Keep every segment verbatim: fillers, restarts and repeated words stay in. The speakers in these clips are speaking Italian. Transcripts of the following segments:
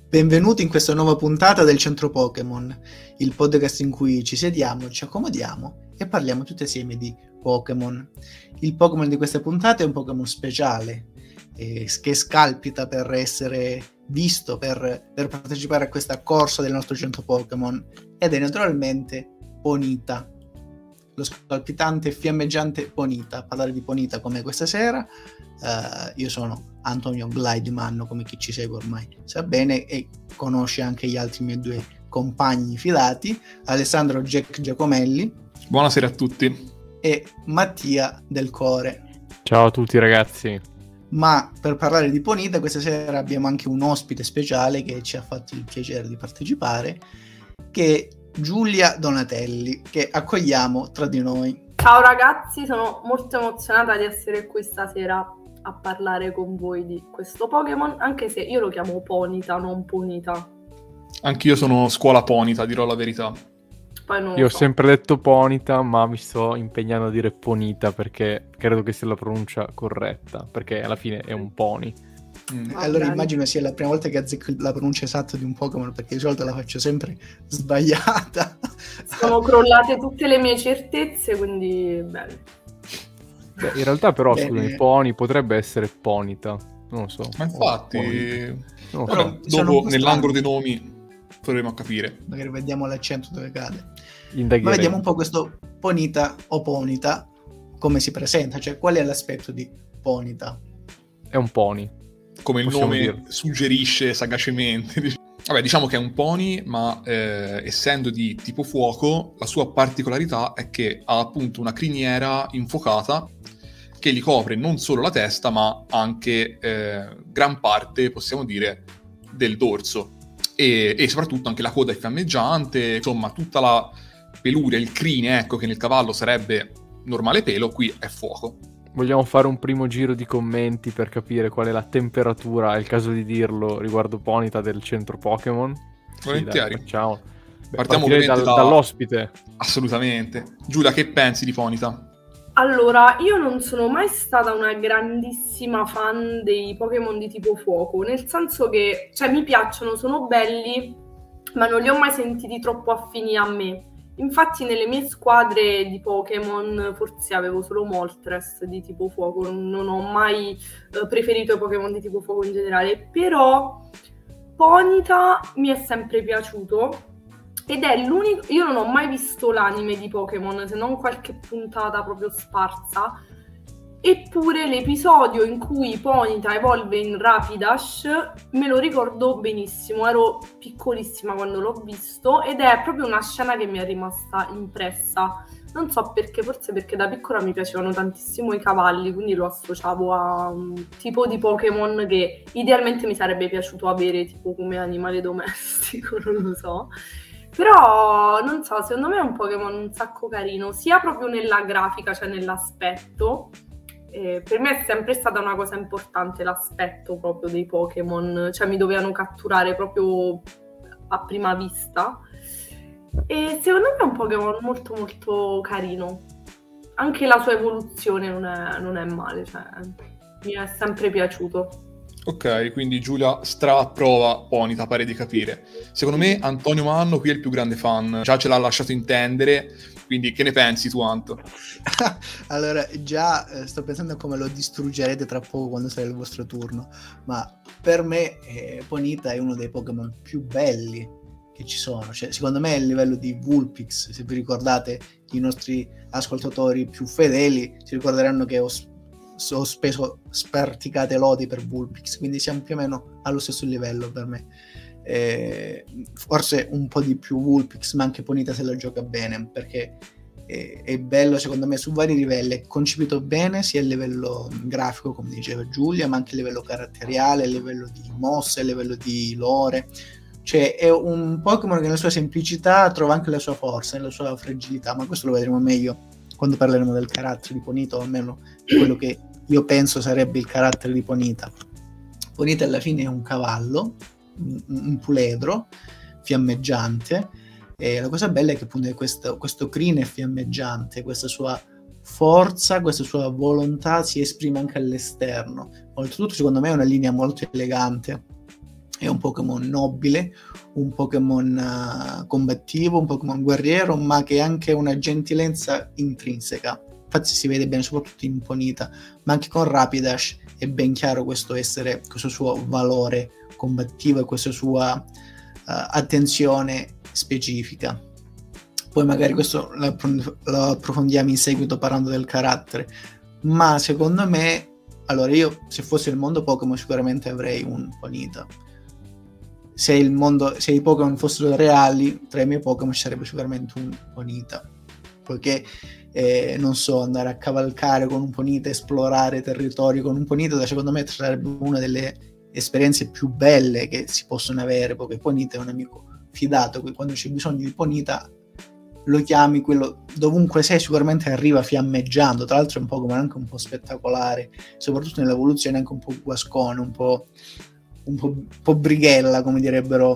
Benvenuti in questa nuova puntata del Centro Pokémon, il podcast in cui ci sediamo, ci accomodiamo e parliamo tutti assieme di Pokémon. Il Pokémon di questa puntata è un Pokémon speciale, eh, che scalpita per essere visto, per, per partecipare a questa corsa del nostro Centro Pokémon, ed è naturalmente Ponyta, lo scalpitante e fiammeggiante Ponyta. A parlare di Ponyta come questa sera, uh, io sono Antonio Glideman, come chi ci segue ormai sa bene e conosce anche gli altri miei due compagni fidati, Alessandro Jack Giacomelli. Buonasera a tutti. E Mattia Del Core. Ciao a tutti ragazzi. Ma per parlare di Ponyta questa sera abbiamo anche un ospite speciale che ci ha fatto il piacere di partecipare, che è Giulia Donatelli, che accogliamo tra di noi. Ciao ragazzi, sono molto emozionata di essere qui stasera a parlare con voi di questo Pokémon, anche se io lo chiamo Ponyta, non Ponyta. Anch'io sono scuola Ponyta, dirò la verità. Poi non Io ho so. sempre detto Ponyta, ma mi sto impegnando a dire Ponyta perché credo che sia la pronuncia corretta, perché alla fine è un pony. Mm. Allora immagino sia la prima volta che azzecco la pronuncia esatta di un Pokémon, perché di solito la faccio sempre sbagliata. Sono crollate tutte le mie certezze, quindi bene. Beh, in realtà però, Bene. scusami, Pony potrebbe essere Ponyta, non lo so. Ma infatti, O Pony. Non lo Però- so. sono un dopo po' nell'angolo strani. dei nomi proveremo a capire. Magari vediamo l'accento dove cade. Ma Indagheremo. vediamo un po' questo Ponyta o Ponyta, come si presenta, cioè qual è l'aspetto di Ponyta? È un pony. Come il Possiamo nome dirlo. suggerisce sagacemente. Vabbè, diciamo che è un pony, ma eh, essendo di tipo fuoco, la sua particolarità è che ha appunto una criniera infuocata che gli copre non solo la testa, ma anche eh, gran parte, possiamo dire, del dorso. E, e soprattutto anche la coda è fiammeggiante, insomma, tutta la peluria, il crine, ecco, che nel cavallo sarebbe normale pelo, qui è fuoco. Vogliamo fare un primo giro di commenti per capire qual è la temperatura, è il caso di dirlo, riguardo Ponyta del centro Pokémon? Volentieri. Sì, dai, facciamo. Beh, Partiamo partirei ovviamente dal- da- dall'ospite. Assolutamente. Giulia, che pensi di Ponyta? Allora, io non sono mai stata una grandissima fan dei Pokémon di tipo fuoco, nel senso che, cioè, mi piacciono, sono belli, ma non li ho mai sentiti troppo affini a me. Infatti nelle mie squadre di Pokémon forse avevo solo Moltres di tipo fuoco, non non ho mai eh, preferito i Pokémon di tipo fuoco in generale, però Ponyta mi è sempre piaciuto ed è l'unico. Io non ho mai visto l'anime di Pokémon, se non qualche puntata proprio sparsa, eppure l'episodio in cui Ponyta evolve in Rapidash me lo ricordo benissimo, ero piccolissima quando l'ho visto ed è proprio una scena che mi è rimasta impressa. Non so perché, forse perché da piccola mi piacevano tantissimo i cavalli, quindi lo associavo a un tipo di Pokémon che idealmente mi sarebbe piaciuto avere, tipo come animale domestico, non lo so. Però, non so, secondo me è un Pokémon un sacco carino, sia proprio nella grafica, cioè nell'aspetto. Eh, per me è sempre stata una cosa importante l'aspetto proprio dei Pokémon, cioè mi dovevano catturare proprio a prima vista. E secondo me è un Pokémon molto molto carino. Anche la sua evoluzione non è, non è male, cioè mi è sempre piaciuto. Ok, quindi Giulia stra-approva Ponyta, pare di capire. Secondo me Antonio Manno qui è il più grande fan, già ce l'ha lasciato intendere, quindi che ne pensi tu, Anto? Allora, già eh, sto pensando a come lo distruggerete tra poco quando sarà il vostro turno, ma per me eh, Ponyta è uno dei Pokémon più belli che ci sono, cioè, secondo me è il livello di Vulpix. Se vi ricordate, i nostri ascoltatori più fedeli si ricorderanno che ho, ho speso sperticate lodi per Vulpix, quindi siamo più o meno allo stesso livello per me. Eh, forse un po' di più Vulpix, ma anche Ponyta se la gioca bene, perché è, è bello secondo me su vari livelli, è concepito bene sia a livello grafico come diceva Giulia, ma anche a livello caratteriale, a livello di mosse, a livello di lore. Cioè è un Pokémon che nella sua semplicità trova anche la sua forza, nella sua fragilità, ma questo lo vedremo meglio quando parleremo del carattere di Ponyta, o almeno di quello che io penso sarebbe il carattere di Ponyta. Ponyta alla fine è un cavallo, un, un puledro fiammeggiante, e la cosa bella è che appunto questo, questo crine fiammeggiante, questa sua forza, questa sua volontà si esprime anche all'esterno. Oltretutto secondo me è una linea molto elegante, è un Pokémon nobile, un Pokémon uh, combattivo, un Pokémon guerriero, ma che ha anche una gentilenza intrinseca. Infatti si vede bene soprattutto in Ponyta, ma anche con Rapidash è ben chiaro questo essere, questo suo valore combattivo e questa sua uh, attenzione specifica. Poi magari questo lo, lo approfondiamo in seguito parlando del carattere, ma secondo me, allora io se fosse il mondo Pokémon sicuramente avrei un Ponyta. Se il mondo, se i Pokémon fossero reali, tra i miei Pokémon ci sarebbe sicuramente un Ponyta, poiché eh, non so, andare a cavalcare con un Ponyta, esplorare territori con un Ponyta, secondo me sarebbe una delle esperienze più belle che si possono avere, perché Ponyta è un amico fidato, quando c'è bisogno di Ponyta lo chiami, quello dovunque sei sicuramente arriva fiammeggiando. Tra l'altro è un Pokémon anche un po' spettacolare, soprattutto nell'evoluzione anche un po' guascone, un po' un po', un po' brighella, come direbbero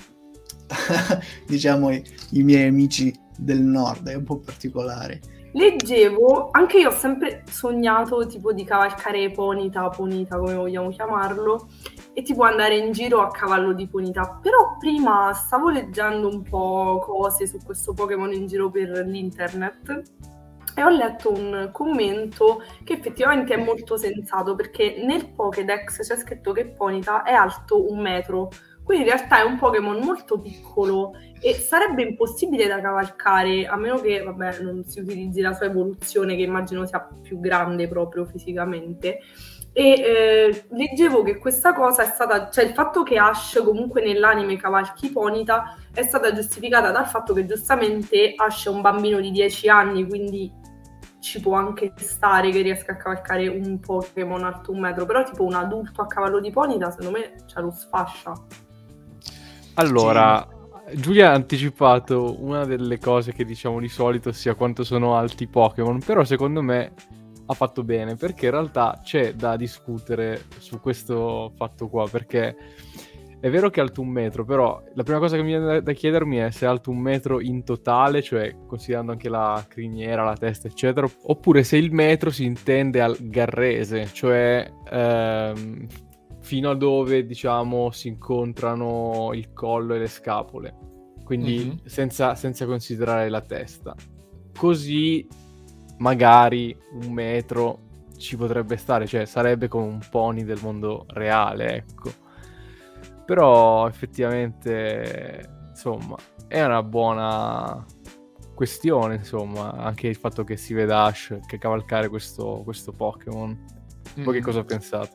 diciamo i, i miei amici del nord, è un po' particolare. Leggevo, anche io ho sempre sognato tipo di cavalcare Ponyta, Ponyta come vogliamo chiamarlo, e tipo andare in giro a cavallo di Ponyta. Però prima stavo leggendo un po' cose su questo Pokémon in giro per l'internet e ho letto un commento che effettivamente è molto sensato, perché nel Pokédex c'è scritto che Ponyta è alto un metro, quindi in realtà è un Pokémon molto piccolo e sarebbe impossibile da cavalcare, a meno che, vabbè, non si utilizzi la sua evoluzione, che immagino sia più grande proprio fisicamente. E eh, leggevo che questa cosa è stata, cioè il fatto che Ash comunque nell'anime cavalchi Ponyta è stata giustificata dal fatto che giustamente Ash è un bambino di dieci anni, quindi ci può anche stare che riesca a cavalcare un Pokémon alto un metro, però tipo un adulto a cavallo di Ponyta secondo me ce lo sfascia. Allora, sì. Giulia ha anticipato una delle cose che diciamo di solito, sia quanto sono alti i Pokémon, però secondo me ha fatto bene, perché in realtà c'è da discutere su questo fatto qua, perché è vero che è alto un metro, però la prima cosa che mi viene da chiedermi è se è alto un metro in totale, cioè considerando anche la criniera, la testa, eccetera, oppure se il metro si intende al garrese, cioè ehm, fino a dove, diciamo, si incontrano il collo e le scapole, quindi mm-hmm. senza, senza considerare la testa. Così magari un metro ci potrebbe stare, cioè sarebbe come un pony del mondo reale, ecco. Però effettivamente, insomma, è una buona questione, insomma, anche il fatto che si veda Ash che cavalcare questo, questo Pokémon. Voi mm. che cosa pensate?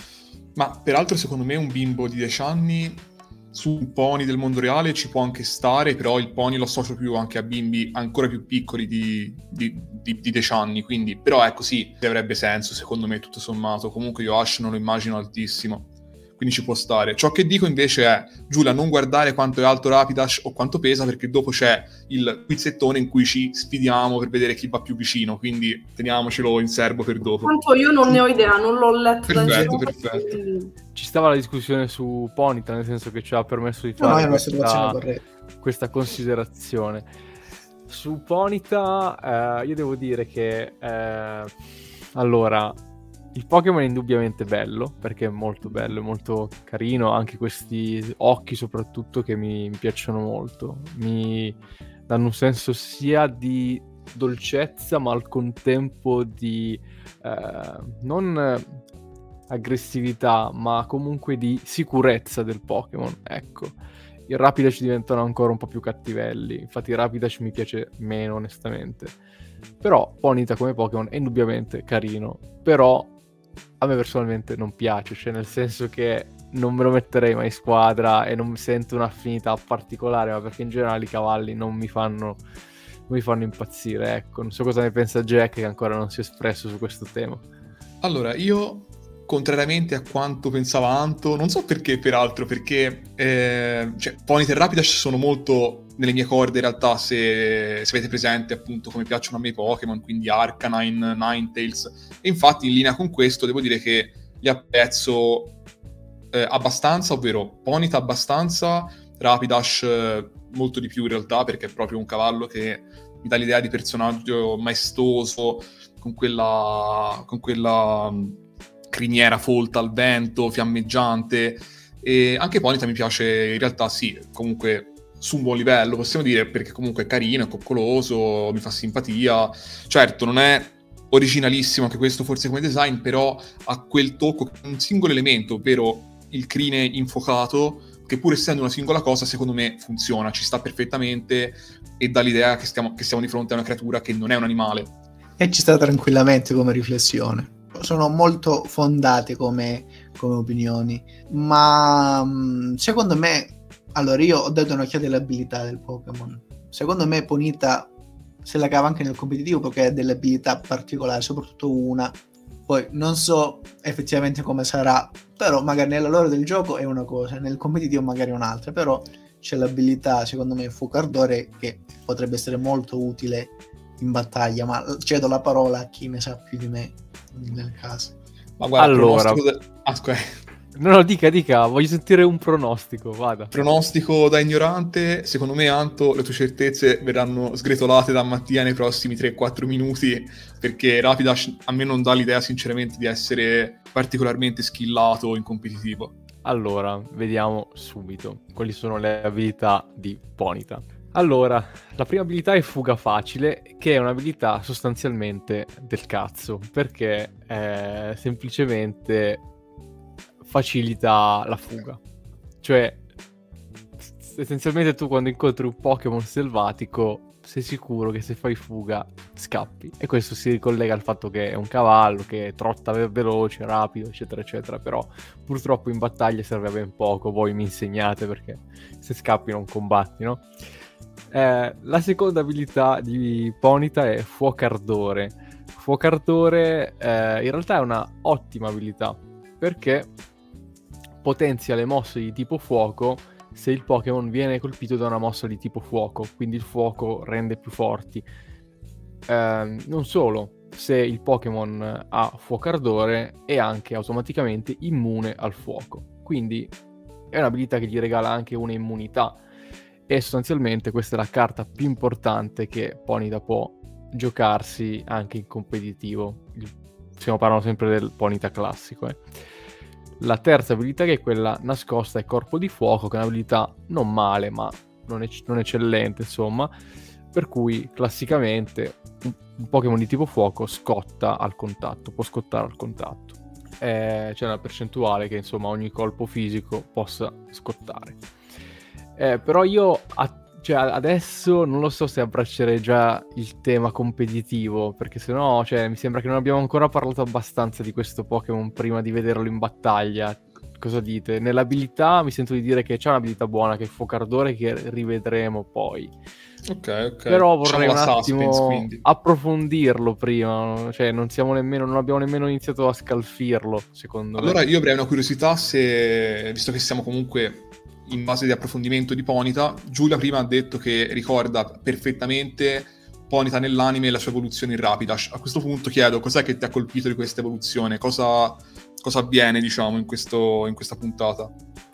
Ma peraltro secondo me un bimbo di dieci anni su un pony del mondo reale ci può anche stare, però il pony lo associo più anche a bimbi ancora più piccoli di, di, di, di dieci anni, quindi però ecco sì, avrebbe senso secondo me tutto sommato. Comunque io Ash non lo immagino altissimo, quindi ci può stare. Ciò che dico invece è, Giulia, non guardare quanto è alto Rapidash o quanto pesa, perché dopo c'è il quizzettone in cui ci sfidiamo per vedere chi va più vicino, quindi teniamocelo in serbo per dopo. Tanto io non ne ho idea, non l'ho letto. Perfetto, da perfetto. Quindi... Ci stava la discussione su Ponyta, nel senso che ci ha permesso di fare no, questa, questa considerazione. Su Ponyta eh, io devo dire che eh, allora... il Pokémon è indubbiamente bello, perché è molto bello, è molto carino, anche questi occhi soprattutto che mi, mi piacciono molto, mi danno un senso sia di dolcezza ma al contempo di eh, non aggressività ma comunque di sicurezza del Pokémon, ecco. I Rapidash diventano ancora un po' più cattivelli, infatti Rapidash mi piace meno onestamente, però Ponyta come Pokémon è indubbiamente carino, però a me personalmente non piace, cioè nel senso che non me lo metterei mai in squadra e non mi sento un'affinità particolare, ma perché in generale i cavalli non mi fanno non mi fanno impazzire, ecco. Non so cosa ne pensa Jack, che ancora non si è espresso su questo tema. Allora, io contrariamente a quanto pensava Anto, non so perché peraltro, perché eh, cioè, Ponyta e Rapidash sono molto nelle mie corde in realtà, se, se avete presente appunto come piacciono a me i Pokémon, quindi Arcanine, Ninetales, e infatti in linea con questo devo dire che li apprezzo eh, abbastanza, ovvero Ponyta abbastanza, Rapidash eh, molto di più in realtà, perché è proprio un cavallo che mi dà l'idea di personaggio maestoso, con quella, con quella criniera folta al vento, fiammeggiante, E anche Ponyta mi piace, in realtà sì, comunque su un buon livello, possiamo dire, perché comunque è carino, è coccoloso, mi fa simpatia. Certo, non è originalissimo anche questo forse come design, però ha quel tocco, un singolo elemento, ovvero il crine infuocato, che pur essendo una singola cosa, secondo me funziona, ci sta perfettamente e dà l'idea che stiamo, che siamo di fronte a una creatura che non è un animale. E ci sta tranquillamente come riflessione. Sono molto fondate come, come opinioni, ma mh, secondo me, allora io ho dato un'occhiata alle abilità del Pokémon. Secondo me Ponyta se la cava anche nel competitivo perché ha delle abilità particolari, soprattutto una. Poi non so effettivamente come sarà, però magari nella lore del gioco è una cosa, nel competitivo magari un'altra, però c'è l'abilità, secondo me, Fuoco Ardore, che potrebbe essere molto utile in battaglia, ma cedo la parola a chi ne sa più di me nel caso. Ma guarda, allora, pronostico da... ah, scusa. No, no, dica, dica, voglio sentire un pronostico, vada. Pronostico da ignorante, secondo me, Anto, le tue certezze verranno sgretolate da Mattia nei prossimi tre quattro minuti, perché Rapidash a me non dà l'idea, sinceramente, di essere particolarmente skillato in competitivo. Allora, vediamo subito quali sono le abilità di Ponyta. Allora, la prima abilità è Fuga Facile, che è un'abilità sostanzialmente del cazzo, perché è semplicemente facilita la fuga. Cioè, essenzialmente tu quando incontri un Pokémon selvatico sei sicuro che se fai fuga scappi. E questo si ricollega al fatto che è un cavallo che trotta veloce, rapido, eccetera, eccetera. Però purtroppo in battaglia serve a ben poco. Voi mi insegnate perché se scappi non combatti, no? Eh, la seconda abilità di Ponyta è Fuoco Ardore. Fuoco Ardore eh, in realtà è una ottima abilità perché potenzia le mosse di tipo fuoco se il Pokémon viene colpito da una mossa di tipo fuoco, quindi il fuoco rende più forti. Eh, non solo, se il Pokémon ha Fuoco Ardore è anche automaticamente immune al fuoco, quindi è un'abilità che gli regala anche un'immunità e sostanzialmente questa è la carta più importante che Ponyta può giocarsi anche in competitivo. Stiamo parlando sempre del Ponyta classico, eh. La terza abilità che è quella nascosta è Corpo di Fuoco, che è un'abilità non male, ma non, ec- non eccellente, insomma, per cui classicamente un, un Pokémon di tipo fuoco scotta al contatto, può scottare al contatto. Eh, c'è una percentuale che, insomma, ogni colpo fisico possa scottare. Eh, però io a- cioè, adesso non lo so se abbraccerei già il tema competitivo, perché sennò, cioè, mi sembra che non abbiamo ancora parlato abbastanza di questo Pokémon prima di vederlo in battaglia. Cosa dite? Nell'abilità mi sento di dire che c'è un'abilità buona, che è Fuoco Ardore, che rivedremo poi. Ok, ok. Però vorrei Diciamo un la attimo suspense, quindi. approfondirlo prima, cioè non siamo nemmeno, non abbiamo nemmeno iniziato a scalfirlo, secondo Allora, me. io avrei una curiosità se, visto che siamo comunque in base di approfondimento di Ponyta, Giulia prima ha detto che ricorda perfettamente Ponyta nell'anime e la sua evoluzione in Rapidash. A questo punto chiedo, cos'è che ti ha colpito di questa evoluzione? Cosa, cosa avviene, diciamo, in, questo, in questa puntata?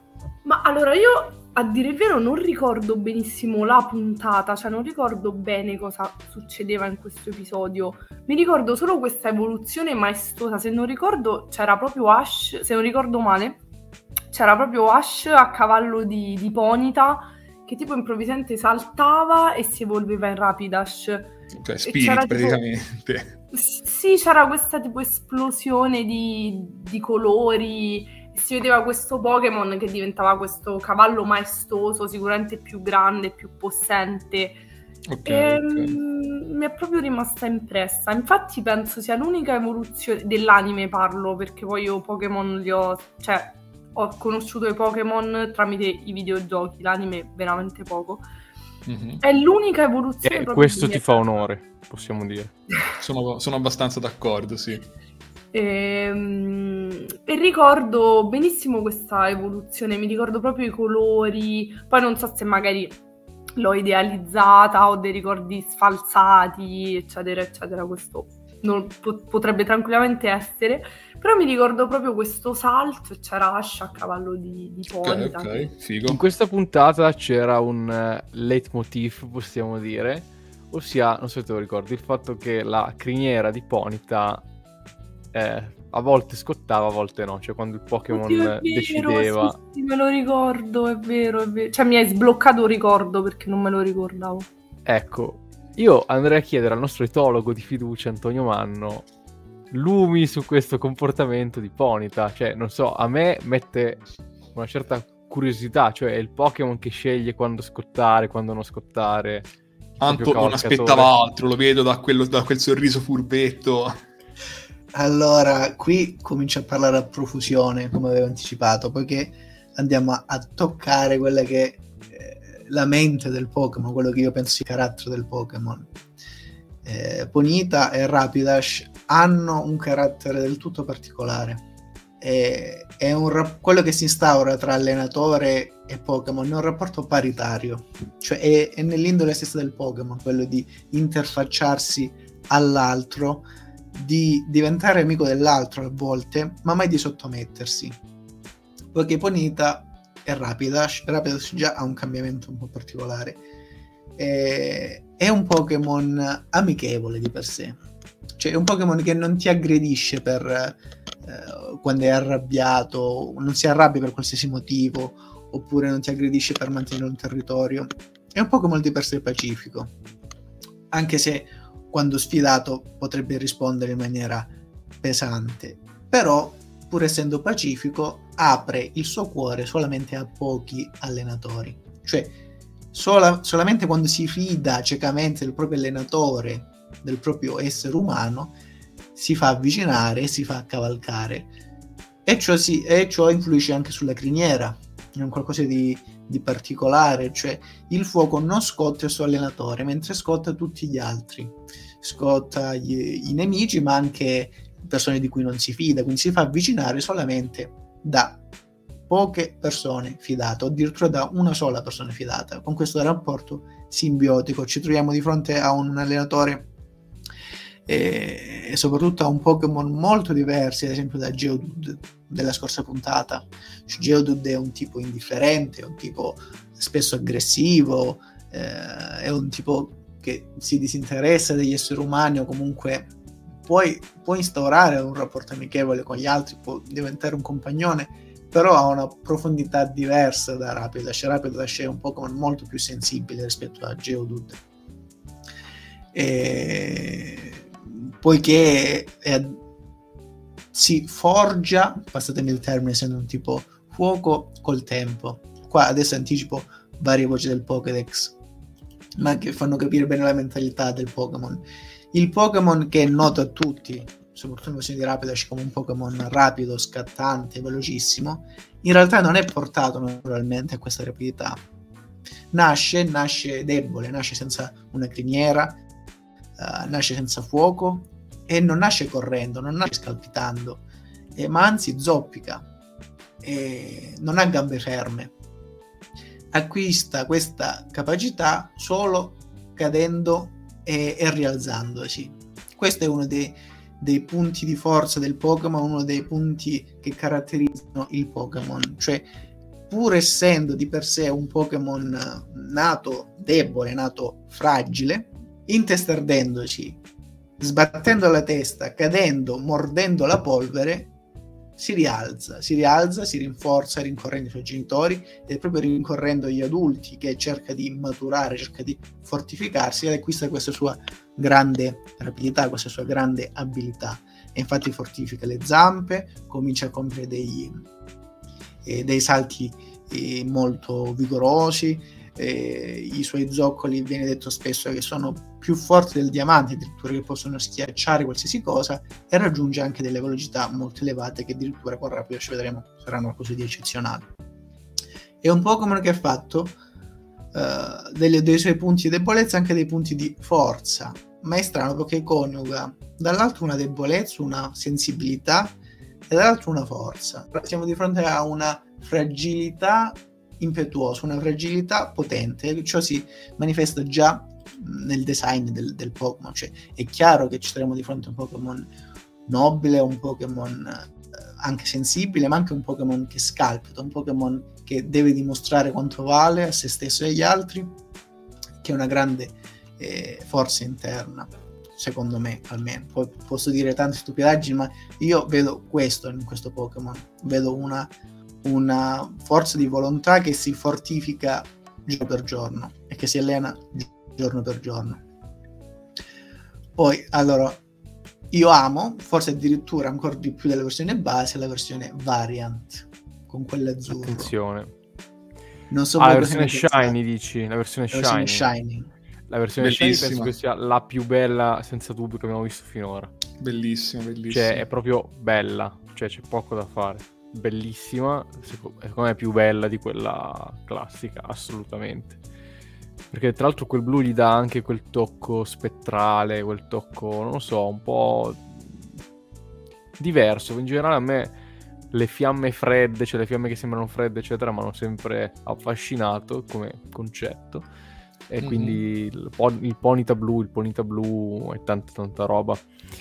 Ma allora io, a dire il vero, non ricordo benissimo la puntata, cioè non ricordo bene cosa succedeva in questo episodio. Mi ricordo solo questa evoluzione maestosa. Se non ricordo, c'era proprio Ash, se non ricordo male, c'era proprio Ash a cavallo di, di Ponyta che tipo improvvisamente saltava e si evolveva in Rapidash. Ok, Spirit praticamente. Tipo, sì, c'era questa tipo esplosione di, di colori e si vedeva questo Pokémon che diventava questo cavallo maestoso, sicuramente più grande, più possente. Ok, e, ok. m- mi è proprio rimasta impressa. Infatti penso sia l'unica evoluzione dell'anime, parlo perché poi io Pokémon li ho, cioè ho conosciuto i Pokémon tramite i videogiochi, l'anime veramente poco. Mm-hmm. È l'unica evoluzione. E questo ti fa onore, possiamo dire. Sono, sono abbastanza d'accordo, sì. E, e ricordo benissimo questa evoluzione, mi ricordo proprio i colori. Poi non so se magari l'ho idealizzata, ho dei ricordi sfalsati, eccetera, eccetera. Questo non, po- potrebbe tranquillamente essere. Però mi ricordo proprio questo salto e c'era Ash a cavallo di, di Ponyta. Ok, ok, figo. In questa puntata c'era un uh, leitmotiv, possiamo dire, ossia, non so se te lo ricordi, il fatto che la criniera di Ponyta eh, a volte scottava, a volte no, cioè quando il Pokémon Oddio, è vero, decideva. Sì, sì, me lo ricordo, è vero, è vero. Cioè mi hai sbloccato un ricordo perché non me lo ricordavo. Ecco, io andrei a chiedere al nostro etologo di fiducia, Antonio Manno, lumi su questo comportamento di Ponyta. Cioè, non so, a me mette una certa curiosità, cioè è il Pokémon che sceglie quando scottare, quando non scottare. Anto non aspettava altro, lo vedo da, quello, da quel sorriso furbetto. Allora, qui comincio a parlare a profusione, come avevo anticipato, poiché andiamo a, a toccare quella che è eh, la mente del Pokémon, quello che io penso il carattere del Pokémon. Eh, Ponyta e Rapidash hanno un carattere del tutto particolare. È, è un rap- quello che si instaura tra allenatore e Pokémon è un rapporto paritario, cioè è, è nell'indole stessa del Pokémon, quello di interfacciarsi all'altro, di diventare amico dell'altro a volte, ma mai di sottomettersi. Poiché Ponyta e Rapidash, Rapidash già ha un cambiamento un po' particolare, è, è un Pokémon amichevole di per sé, cioè è un Pokémon che non ti aggredisce per eh, quando è arrabbiato, non si arrabbia per qualsiasi motivo, oppure non ti aggredisce per mantenere un territorio. È un Pokémon di per sé pacifico, anche se quando sfidato potrebbe rispondere in maniera pesante, però pur essendo pacifico apre il suo cuore solamente a pochi allenatori, cioè sola, solamente quando si fida ciecamente del proprio allenatore, del proprio essere umano, si fa avvicinare e si fa cavalcare, e ciò, si, e ciò influisce anche sulla criniera. È un qualcosa di, di particolare, cioè il fuoco non scotta il suo allenatore, mentre scotta tutti gli altri, scotta gli, i nemici, ma anche persone di cui non si fida, quindi si fa avvicinare solamente da poche persone fidate, o addirittura da una sola persona fidata. Con questo rapporto simbiotico ci troviamo di fronte a un allenatore e, e soprattutto a un Pokémon molto diversi, ad esempio da Geodude della scorsa puntata. Geodude è un tipo indifferente, è un tipo spesso aggressivo, eh, è un tipo che si disinteressa degli esseri umani, o comunque puoi, può instaurare un rapporto amichevole con gli altri, può diventare un compagnone, però ha una profondità diversa da Rapidash. Rapidash è un Pokémon molto più sensibile rispetto a Geodude, e poiché è, si forgia, passatemi il termine, essendo un tipo fuoco, col tempo. Qua adesso anticipo varie voci del Pokédex, ma che fanno capire bene la mentalità del Pokémon. Il Pokémon che è noto a tutti, soprattutto in versione di Rapidash, come un Pokémon rapido, scattante, velocissimo, in realtà non è portato naturalmente a questa rapidità. Nasce, nasce debole, nasce senza una criniera, uh, nasce senza fuoco, e non nasce correndo, non nasce scalpitando, eh, ma anzi zoppica, e non ha gambe ferme. Acquista questa capacità solo cadendo e, e rialzandosi. Questo è uno dei, dei punti di forza del Pokémon, uno dei punti che caratterizzano il Pokémon, cioè pur essendo di per sé un Pokémon nato debole, nato fragile, intestardendoci, sbattendo la testa, cadendo, mordendo la polvere, si rialza, si rialza, si rinforza rincorrendo i suoi genitori, ed è proprio rincorrendo gli adulti che cerca di maturare, cerca di fortificarsi, ed acquista questa sua grande rapidità, questa sua grande abilità. E infatti fortifica le zampe, comincia a compiere dei, eh, dei salti eh, molto vigorosi. Eh, i suoi zoccoli, viene detto spesso, che sono più forti del diamante, addirittura che possono schiacciare qualsiasi cosa, e raggiunge anche delle velocità molto elevate che addirittura con Rapidash vedremo saranno qualcosa di eccezionale. È un Pokémon che ha fatto uh, delle, dei suoi punti di debolezza anche dei punti di forza, ma è strano perché coniuga dall'altro una debolezza, una sensibilità, e dall'altro una forza. Siamo di fronte a una fragilità impetuoso, una fragilità potente. Ciò si manifesta già nel design del, del Pokémon, cioè è chiaro che ci troviamo di fronte a un Pokémon nobile, un Pokémon eh, anche sensibile, ma anche un Pokémon che scalpita, un Pokémon che deve dimostrare quanto vale a se stesso e agli altri, che ha una grande eh, forza interna. secondo me almeno. Poi posso dire tante stupidaggini, ma io vedo questo in questo Pokémon, vedo una, una forza di volontà che si fortifica giorno per giorno e che si allena giorno per giorno. Poi, allora, io amo, forse addirittura ancora di più della versione base, la versione variant, con quell'azzurro. Attenzione. Non so ah, la voi versione cosa ne pensate. shiny, dici? La versione La versione shiny. shiny. La versione shiny Bellissima. penso che sia la più bella, senza dubbio, che abbiamo visto finora. Bellissimo, bellissimo. Cioè, è proprio bella. Cioè, c'è poco da fare. Bellissima. Secondo me è più bella di quella classica, assolutamente. Perché tra l'altro quel blu gli dà anche quel tocco spettrale, quel tocco, non lo so, un po' diverso. In generale a me le fiamme fredde, cioè le fiamme che sembrano fredde, eccetera, mi hanno sempre affascinato come concetto. E Mm-hmm. quindi il, pon- il Ponyta blu, il Ponyta blu è tanta tanta roba.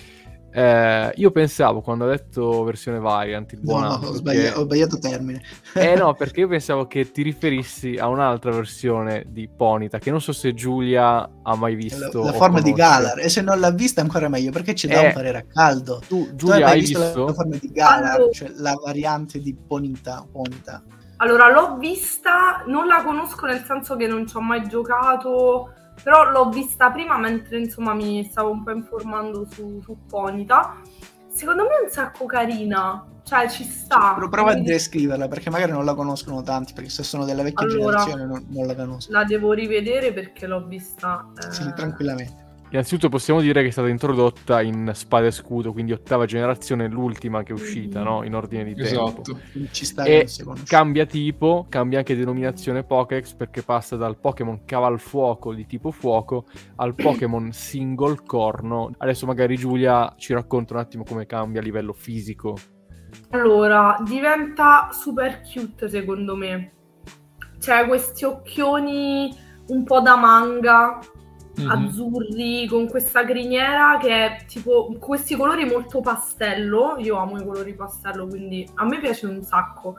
Eh, io pensavo, quando ho detto versione variant, il buon No, no, Anto, ho che- sbagliato, ho sbagliato termine. Eh no, perché io pensavo che ti riferissi a un'altra versione di Ponyta, che non so se Giulia ha mai la, visto. la o forma di conosce. Galar, e se non l'ha vista ancora meglio, perché ci dà Eh, un parere a caldo. Tu, Tu Giulia, hai hai visto, visto? La, la forma di Galar, Allora- cioè la variante di Ponyta, Ponyta. Allora, l'ho vista, non la conosco nel senso che non ci ho mai giocato, però l'ho vista prima mentre insomma mi stavo un po' informando su, su Ponyta. Secondo me è un sacco carina, cioè ci sta. Però prova a Quindi descriverla, perché magari non la conoscono tanti, perché se sono della vecchia Allora, generazione non, non la conoscono. la devo rivedere perché l'ho vista. eh, Sì, tranquillamente. Innanzitutto possiamo dire che è stata introdotta in Spada e Scudo, quindi ottava generazione, l'ultima che è uscita, Mhm. no? In ordine di tempo. Esatto. Quindi ci sta che E non si conosce. cambia tipo, cambia anche denominazione Pokédex, perché passa dal Pokémon Cavalfuoco di tipo fuoco al Pokémon Single Corno. Adesso magari Giulia ci racconta un attimo come cambia a livello fisico. Allora, diventa super cute secondo me. Cioè, questi occhioni un po' da manga, Mhm. azzurri, con questa criniera che è tipo questi colori molto pastello. Io amo i colori pastello, quindi a me piace un sacco.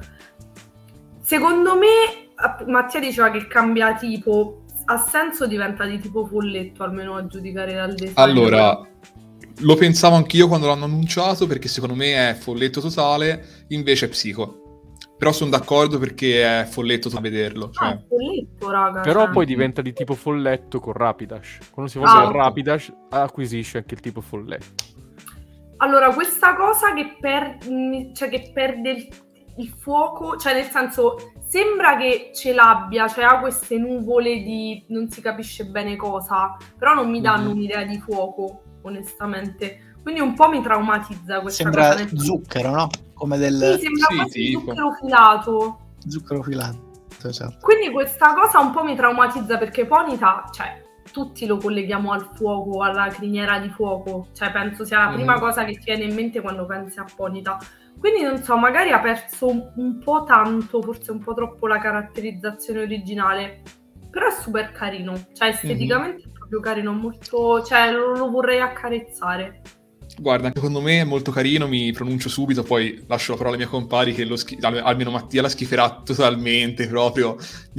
Secondo me, app- Mattia diceva che cambia tipo, ha senso, diventa di tipo folletto, almeno a giudicare dal design. Allora, lo pensavo anch'io quando l'hanno annunciato, perché secondo me è folletto totale, invece è psico. Però sono d'accordo perché è folletto a vederlo. Ah, Cioè, è folletto, raga. Però cioè. poi diventa di tipo folletto con Rapidash. Quando si evolve Ah, il ok. Rapidash acquisisce anche il tipo folletto. Allora, questa cosa che, per- mh, cioè che perde il, il fuoco, cioè nel senso, sembra che ce l'abbia, cioè ha queste nuvole di non si capisce bene cosa, però non mi danno Mhm. un'idea di fuoco, onestamente. Quindi un po' mi traumatizza questa Sembra cosa. nel senso- zucchero, no? Come del Sì, sembra Sì, quasi tipo. zucchero filato. zucchero filato. Esatto. Quindi questa cosa un po' mi traumatizza perché Ponyta, cioè, tutti lo colleghiamo al fuoco, alla criniera di fuoco. Cioè, penso sia la prima Mhm. cosa che ti viene in mente quando pensi a Ponyta. Quindi, non so, magari ha perso un, un po' tanto, forse un po' troppo la caratterizzazione originale. Però è super carino. Cioè, esteticamente è proprio carino, molto... Cioè, lo, lo vorrei accarezzare. guarda, secondo me è molto carino, mi pronuncio subito, poi lascio la parola ai miei compari che lo schi- al- almeno Mattia la schiferà totalmente, proprio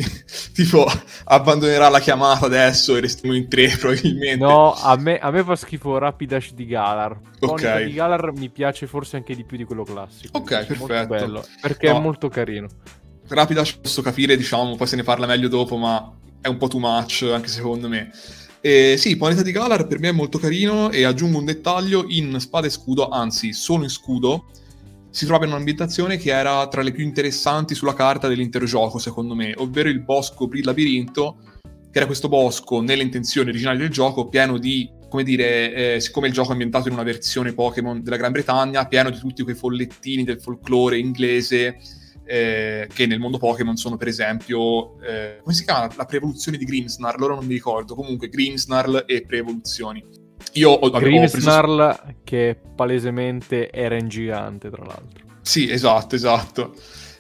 tipo abbandonerà la chiamata adesso e restiamo in tre probabilmente. No, a me, a me fa schifo Rapidash di Galar. Ponyta Ok. di Galar mi piace forse anche di più di quello classico. Ok, Mi piace, molto perfetto. bello, perché No. è molto carino. Rapidash posso capire, diciamo, poi se ne parla meglio dopo, ma è un po' too much anche secondo me. E sì, Ponyta di Galar per me è molto carino, e aggiungo un dettaglio: in Spada e Scudo, anzi solo in Scudo, si trova in un'ambientazione che era tra le più interessanti sulla carta dell'intero gioco, secondo me, ovvero il bosco Bril Labirinto, che era questo bosco nelle intenzioni originali del gioco, pieno di, come dire, eh, siccome il gioco è ambientato in una versione Pokémon della Gran Bretagna, pieno di tutti quei follettini del folklore inglese, eh, che nel mondo Pokémon sono per esempio, eh, come si chiama? La preevoluzione di Grimmsnarl, loro non mi ricordo, comunque Grimmsnarl e preevoluzioni. Io ho, avevo preso... Grimmsnarl, che palesemente era in gigante, tra l'altro. Sì, esatto, esatto.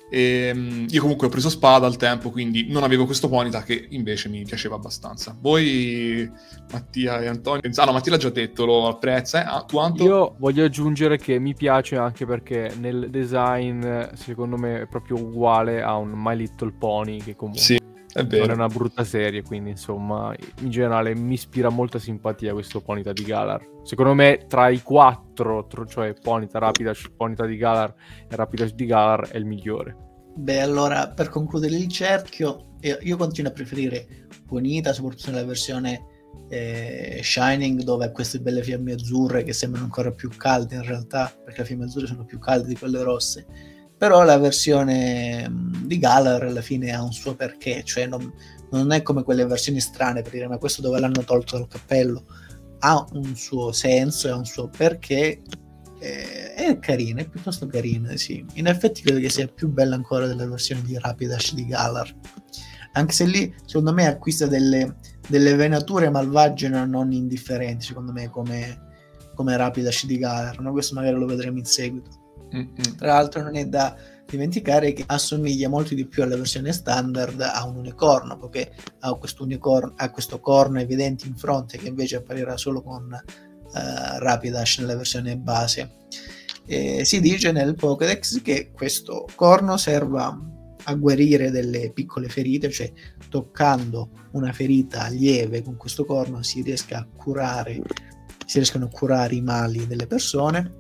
Ehm, io comunque ho preso Spada al tempo, quindi non avevo questo Ponyta, che invece mi piaceva abbastanza. Voi, Mattia e Antonio, ah no, Mattia l'ha già detto, lo apprezza. Eh? Ah, tu Anto? Io voglio aggiungere che mi piace anche perché nel design, secondo me, è proprio uguale a un My Little Pony, che comunque Sì, È vero. Non è una brutta serie, quindi insomma in generale mi ispira molta simpatia questo Ponyta di Galar. Secondo me tra i quattro, cioè Ponyta, Rapidash, Ponyta di Galar e Rapidash di Galar, è il migliore. Beh, allora per concludere il cerchio, io continuo a preferire Ponyta, soprattutto nella versione eh, Shining, dove ha queste belle fiamme azzurre che sembrano ancora più calde in realtà, perché le fiamme azzurre sono più calde di quelle rosse. Però la versione di Galar alla fine ha un suo perché, cioè non, non è come quelle versioni strane, per dire, ma questo dove l'hanno tolto dal cappello ha un suo senso, ha un suo perché, eh, è carina, è piuttosto carina, sì. In effetti credo che sia più bella ancora della versione di Rapidash di Galar, anche se lì secondo me acquista delle, delle venature malvagie non indifferenti, secondo me, come, come Rapidash di Galar, no? Questo magari lo vedremo in seguito. Mm-hmm. Tra l'altro non è da dimenticare che assomiglia molto di più alla versione standard a un unicorno, perché ha questo unicorno, ha questo corno evidente in fronte che invece apparirà solo con uh, Rapidash nella versione base. E si dice nel Pokédex che questo corno serva a guarire delle piccole ferite, cioè toccando una ferita lieve con questo corno si riesca a curare, si riescono a curare i mali delle persone.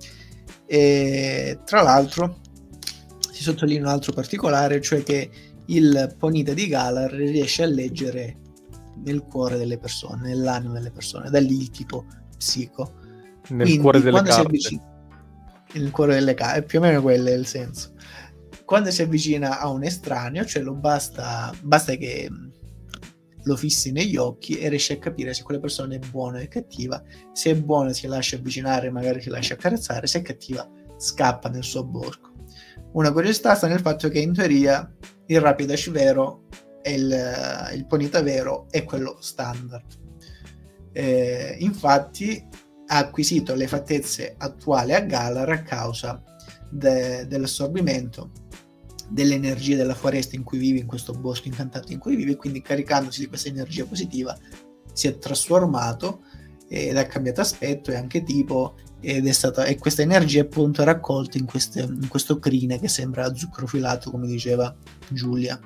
E tra l'altro si sottolinea un altro particolare, cioè che il Ponyta di Galar riesce a leggere nel cuore delle persone, nell'anima delle persone, da lì il tipo psico. Nel Quindi, cuore delle carte. Si avvicina, nel cuore delle carte, più o meno quello è il senso. Quando si avvicina a un estraneo, cioè lo basta, basta che lo fissi negli occhi e riesce a capire se quella persona è buona o cattiva. Se è buona si lascia avvicinare, magari si lascia accarezzare, se è cattiva scappa nel suo bosco. Una curiosità sta nel fatto che in teoria il Rapidash vero e il, il Ponyta vero è quello standard. Eh, infatti ha acquisito le fattezze attuali a Galar a causa de, dell'assorbimento delle energie della foresta in cui vive, in questo bosco incantato in cui vive, quindi caricandosi di questa energia positiva si è trasformato ed ha cambiato aspetto e anche tipo, ed è stata, e questa energia è appunto raccolta in, queste, in questo crine che sembra zucchero filato, come diceva Giulia.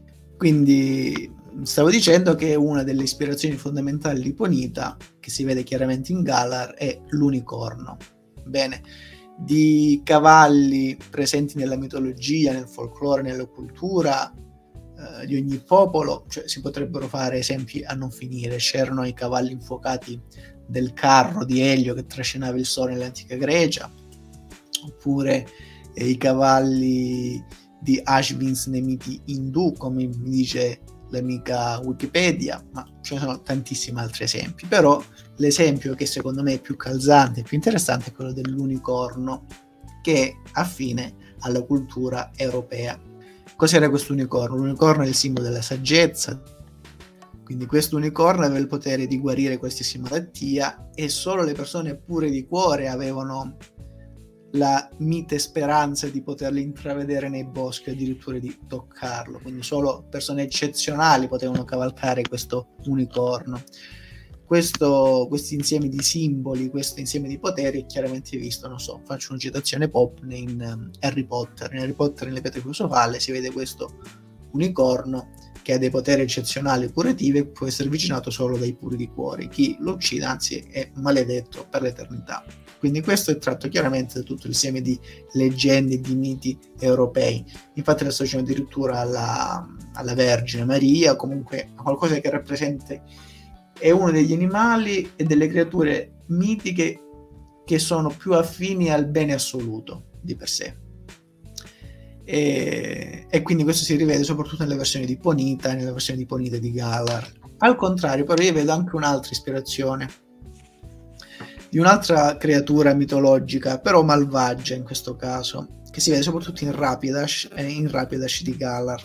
Quindi stavo dicendo che una delle ispirazioni fondamentali di Ponyta, che si vede chiaramente in Galar, è l'unicorno. Bene, di cavalli presenti nella mitologia, nel folklore, nella cultura eh, di ogni popolo, cioè si potrebbero fare esempi a non finire. C'erano i cavalli infuocati del carro di Elio che trascinava il sole nell'antica Grecia, oppure eh, i cavalli di Ashvins nei miti indù, come mi dice l'amica Wikipedia, ma ce ne sono tantissimi altri esempi. Però l'esempio che secondo me è più calzante e più interessante è quello dell'unicorno, che affine alla cultura europea. Cos'era questo unicorno? L'unicorno è il simbolo della saggezza, quindi questo unicorno aveva il potere di guarire qualsiasi malattia e solo le persone pure di cuore avevano la mite speranza di poterlo intravedere nei boschi, addirittura di toccarlo, quindi solo persone eccezionali potevano cavalcare questo unicorno. Questo, questi insiemi di simboli, questo insieme di poteri è chiaramente visto, non so, faccio una citazione pop in um, Harry Potter. In Harry Potter, nelle pietre filosofali, si vede questo unicorno che ha dei poteri eccezionali e curativi e può essere avvicinato solo dai puri di cuore. Chi lo uccide, anzi, è maledetto per l'eternità. Quindi questo è tratto chiaramente da tutto l'insieme di leggende e di miti europei. Infatti lo associano addirittura alla, alla Vergine Maria, comunque a qualcosa che rappresenta, è uno degli animali e delle creature mitiche che sono più affini al bene assoluto di per sé. E, e quindi questo si rivede soprattutto nelle versioni di Ponyta e nella versione di Ponyta di Galar. Al contrario, però io vedo anche un'altra ispirazione di un'altra creatura mitologica, però malvagia in questo caso, che si vede soprattutto in Rapidash e in Rapidash di Galar.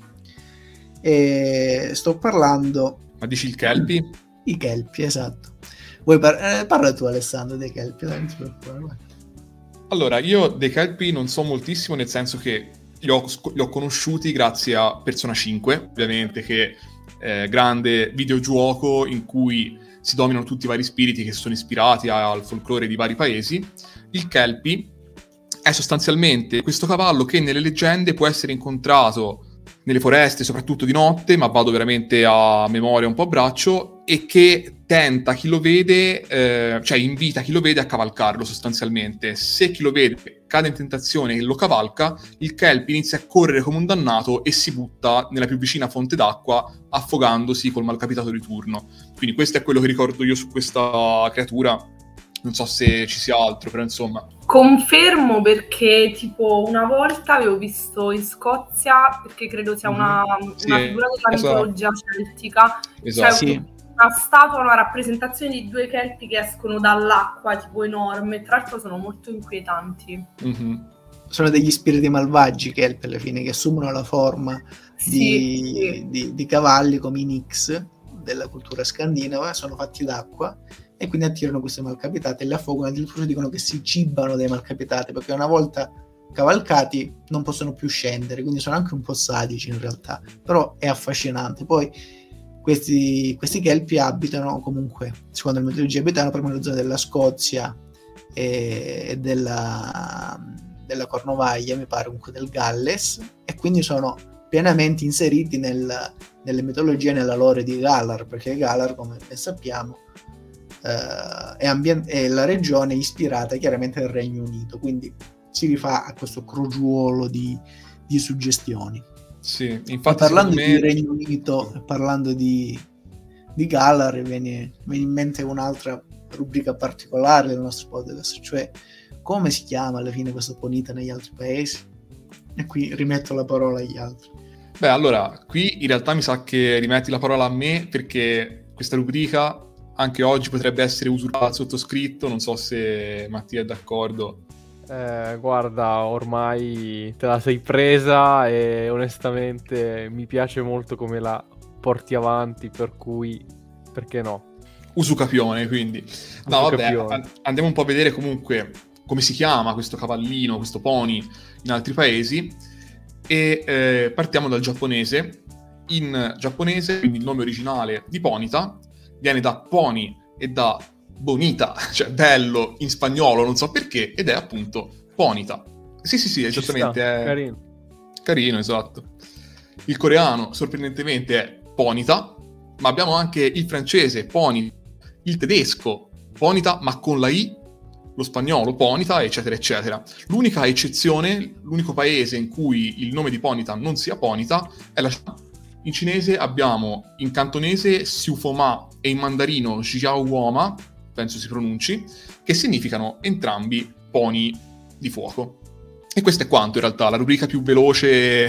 E sto parlando... Ma dici il Kelpie? I Kelpie, esatto. Vuoi par- eh, parla tu, Alessandro, dei Kelpie? Dai, allora, io dei Kelpie non so moltissimo, nel senso che li ho, li ho conosciuti grazie a Persona cinque, ovviamente, che è grande videogioco in cui si dominano tutti i vari spiriti che sono ispirati al folklore di vari paesi. Il Kelpie è sostanzialmente questo cavallo che nelle leggende può essere incontrato nelle foreste, soprattutto di notte, ma vado veramente a memoria un po' a braccio, e che tenta chi lo vede, eh, cioè invita chi lo vede a cavalcarlo sostanzialmente. Se chi lo vede cade in tentazione e lo cavalca, il kelp inizia a correre come un dannato e si butta nella più vicina fonte d'acqua, affogandosi col malcapitato di turno. Quindi questo è quello che ricordo io su questa creatura. Non so se ci sia altro, però insomma... Confermo, perché tipo una volta avevo visto in Scozia, perché credo sia una, mm-hmm. sì, una figura della esatto. mitologia celtica, esatto. c'è sì. una statua, una rappresentazione di due kelpi che escono dall'acqua, tipo enorme, tra l'altro sono molto inquietanti. Mm-hmm. Sono degli spiriti malvagi kelp alla fine, che assumono la forma Sì, di, sì. Di, di cavalli come i Nix della cultura scandinava, sono fatti d'acqua e quindi attirano queste malcapitate e le affogano. Addirittura dicono che si cibano dei malcapitati, perché una volta cavalcati non possono più scendere, quindi sono anche un po' sadici in realtà, però è affascinante. Poi questi, questi kelpi abitano comunque, secondo la mitologia, abitano proprio nella zona della Scozia e della, della Cornovaglia, mi pare, comunque del Galles, e quindi sono pienamente inseriti nel, nelle mitologie, nella lore di Galar, perché Galar, come ben sappiamo, Uh, è, ambient- è la regione ispirata chiaramente al Regno Unito, quindi si rifà a questo crogiuolo di, di suggestioni. Sì, infatti parlando me... di Regno Unito, parlando di, di Galar, viene, viene in mente un'altra rubrica particolare del nostro podcast, cioè come si chiama alla fine questa ponita negli altri paesi, e qui rimetto la parola agli altri. Beh, allora, qui in realtà mi sa che rimetti la parola a me, perché questa rubrica anche oggi potrebbe essere usurpata al sottoscritto, non so se Mattia è d'accordo. Eh, guarda, ormai te la sei presa e onestamente mi piace molto come la porti avanti, per cui perché no? Usucapione, quindi. No, Usucapione. vabbè, andiamo un po' a vedere comunque come si chiama questo cavallino, questo pony in altri paesi, e eh, partiamo dal giapponese. In giapponese, quindi il nome originale di Ponita viene da pony e da bonita, cioè bello in spagnolo, non so perché, ed è appunto Ponita. Sì, sì, sì, esattamente. Sta, è carino. Carino, esatto. Il coreano, sorprendentemente, è Ponita, ma abbiamo anche il francese, Pony, il tedesco, Ponita, ma con la I, lo spagnolo, Ponita, eccetera, eccetera. L'unica eccezione, l'unico paese in cui il nome di Ponita non sia Ponita è la Cina. In cinese abbiamo in cantonese Siufoma e in mandarino Xiaowoma, penso si pronunci, che significano entrambi pony di fuoco. E questo è quanto in realtà, la rubrica più veloce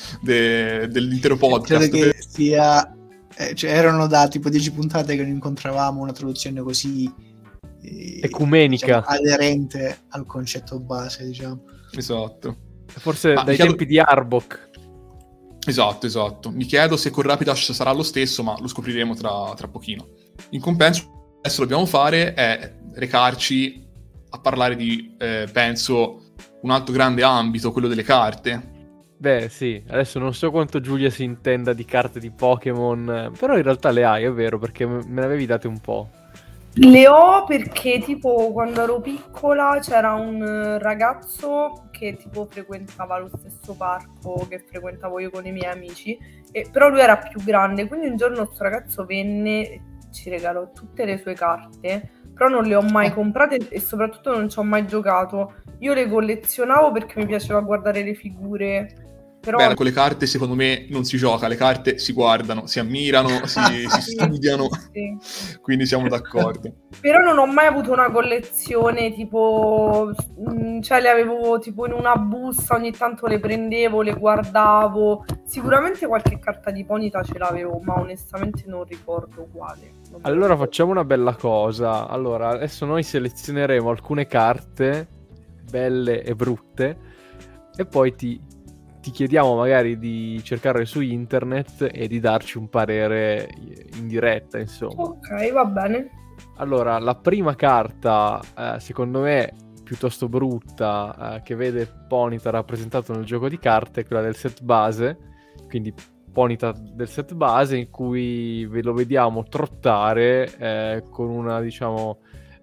de- dell'intero podcast. Credo che sia, eh, cioè, erano da tipo dieci puntate che non incontravamo una traduzione così eh, ecumenica, diciamo, aderente al concetto base, diciamo. Esatto. Forse Ma dai chiedo... tempi di Arbok. Esatto, esatto. Mi chiedo se con Rapidash sarà lo stesso, ma lo scopriremo tra, tra pochino. In compenso, adesso dobbiamo fare è recarci a parlare di, eh, penso, un altro grande ambito, quello delle carte. Beh, sì, adesso non so quanto Giulia si intenda di carte di Pokémon, però in realtà le hai, è vero, perché me ne avevi date un po'. Le ho perché tipo quando ero piccola c'era un ragazzo che tipo frequentava lo stesso parco che frequentavo io con i miei amici, e, però lui era più grande, quindi un giorno questo ragazzo venne e ci regalò tutte le sue carte, però non le ho mai comprate e soprattutto non ci ho mai giocato. Io le collezionavo perché mi piaceva guardare le figure. Però... Beh, con le carte secondo me non si gioca, le carte si guardano, si ammirano, si, si studiano, sì. Quindi siamo d'accordo. Però non ho mai avuto una collezione tipo, cioè le avevo tipo in una busta, ogni tanto le prendevo, le guardavo. Sicuramente qualche carta di Ponita ce l'avevo, ma onestamente non ricordo quale. Non allora facciamo una bella cosa. Allora, adesso noi selezioneremo alcune carte belle e brutte e poi ti... ti chiediamo magari di cercarle su internet e di darci un parere in diretta, insomma. Ok, va bene. Allora, la prima carta, eh, secondo me, piuttosto brutta, eh, che vede Ponita rappresentato nel gioco di carte, è quella del set base, quindi Ponita del set base, in cui ve lo vediamo trottare eh, con una, diciamo,